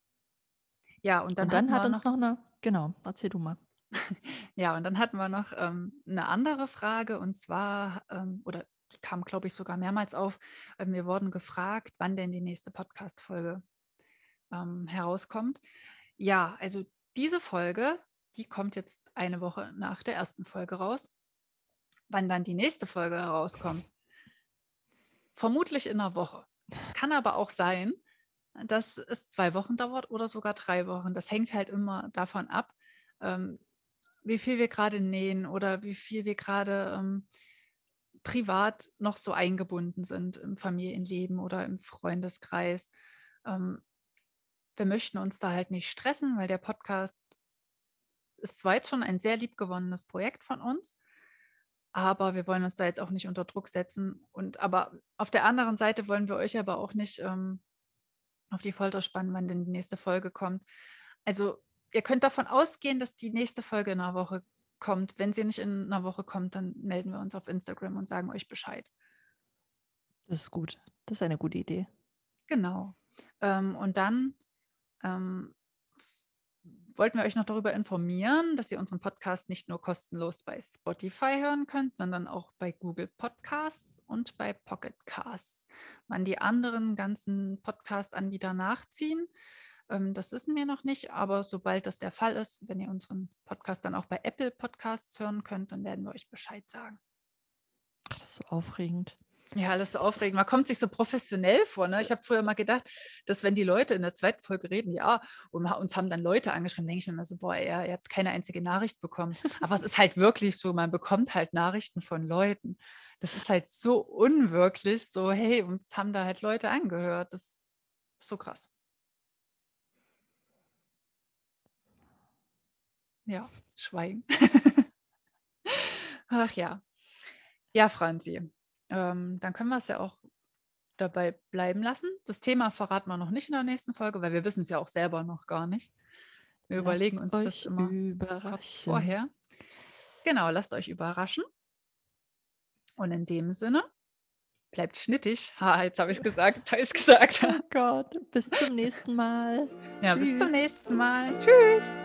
Ja, und Und dann dann hatten hat wir uns noch noch eine, genau, erzähl du mal. ja, und dann hatten wir noch, 'ne andere Frage und zwar, oder die kam, glaube ich, sogar mehrmals auf. Wir wurden gefragt, wann denn die nächste Podcast-Folge, herauskommt. Ja, also diese Folge, die kommt jetzt eine Woche nach der ersten Folge raus. Wann dann die nächste Folge herauskommt? Vermutlich in 'ner Woche. Es kann aber auch sein, dass es 2 Wochen dauert oder sogar 3 Wochen. Das hängt halt immer davon ab, ähm, wie viel wir gerade nähen oder wie viel wir gerade privat noch so eingebunden sind im Familienleben oder im Freundeskreis. Ähm, wir möchten uns da halt nicht stressen, weil der Podcast ist zwar jetzt schon ein sehr liebgewonnenes Projekt von uns, aber wir wollen uns da jetzt auch nicht unter Druck setzen aber auf der anderen Seite wollen wir euch aber auch nicht, auf die Folter spannen, wann denn die nächste Folge kommt. Also, ihr könnt davon ausgehen, dass die nächste Folge in 'ner Woche kommt. Wenn sie nicht in 'ner Woche kommt, dann melden wir uns auf Instagram und sagen euch Bescheid. Das ist gut. Das ist eine gute Idee. Genau. Und dann, ähm, wollten wir euch noch darüber informieren, dass ihr unseren Podcast nicht nur kostenlos bei Spotify hören könnt, sondern auch bei Google Podcasts und bei Pocket Casts. Wann die anderen ganzen Podcast-Anbieter nachziehen, das wissen wir noch nicht, aber sobald das der Fall ist, wenn ihr unseren Podcast dann auch bei Apple Podcasts hören könnt, dann werden wir euch Bescheid sagen. Ach, das ist so aufregend. Ja, das ist so Das aufregend. Man kommt sich so professionell vor, ne? Ich habe früher mal gedacht, dass wenn die Leute in der zweiten Folge reden, ja, und uns haben dann Leute angeschrieben, denke ich mir immer so: „Boah, ihr habt keine einzige Nachricht bekommen." Aber es ist halt wirklich so, man bekommt halt Nachrichten von Leuten. Das ist halt so unwirklich, so: „Hey, uns haben da halt Leute angehört." Das ist so krass. Ja, Schweigen. Ach ja. Ja, Franzi, dann können wir es ja auch dabei bleiben lassen. Das Thema verraten wir noch nicht in der nächsten Folge, weil wir wissen es ja auch selber noch gar nicht. Wir überlegen lasst uns das euch immer kurz überraschen. vorher. Genau, lasst euch überraschen. Und in dem Sinne, bleibt schnittig. Ha, jetzt habe ich es gesagt, jetzt habe ich es gesagt. Oh Gott, bis zum nächsten Mal. Ja, bis zum Tschüss. nächsten Mal. Tschüss.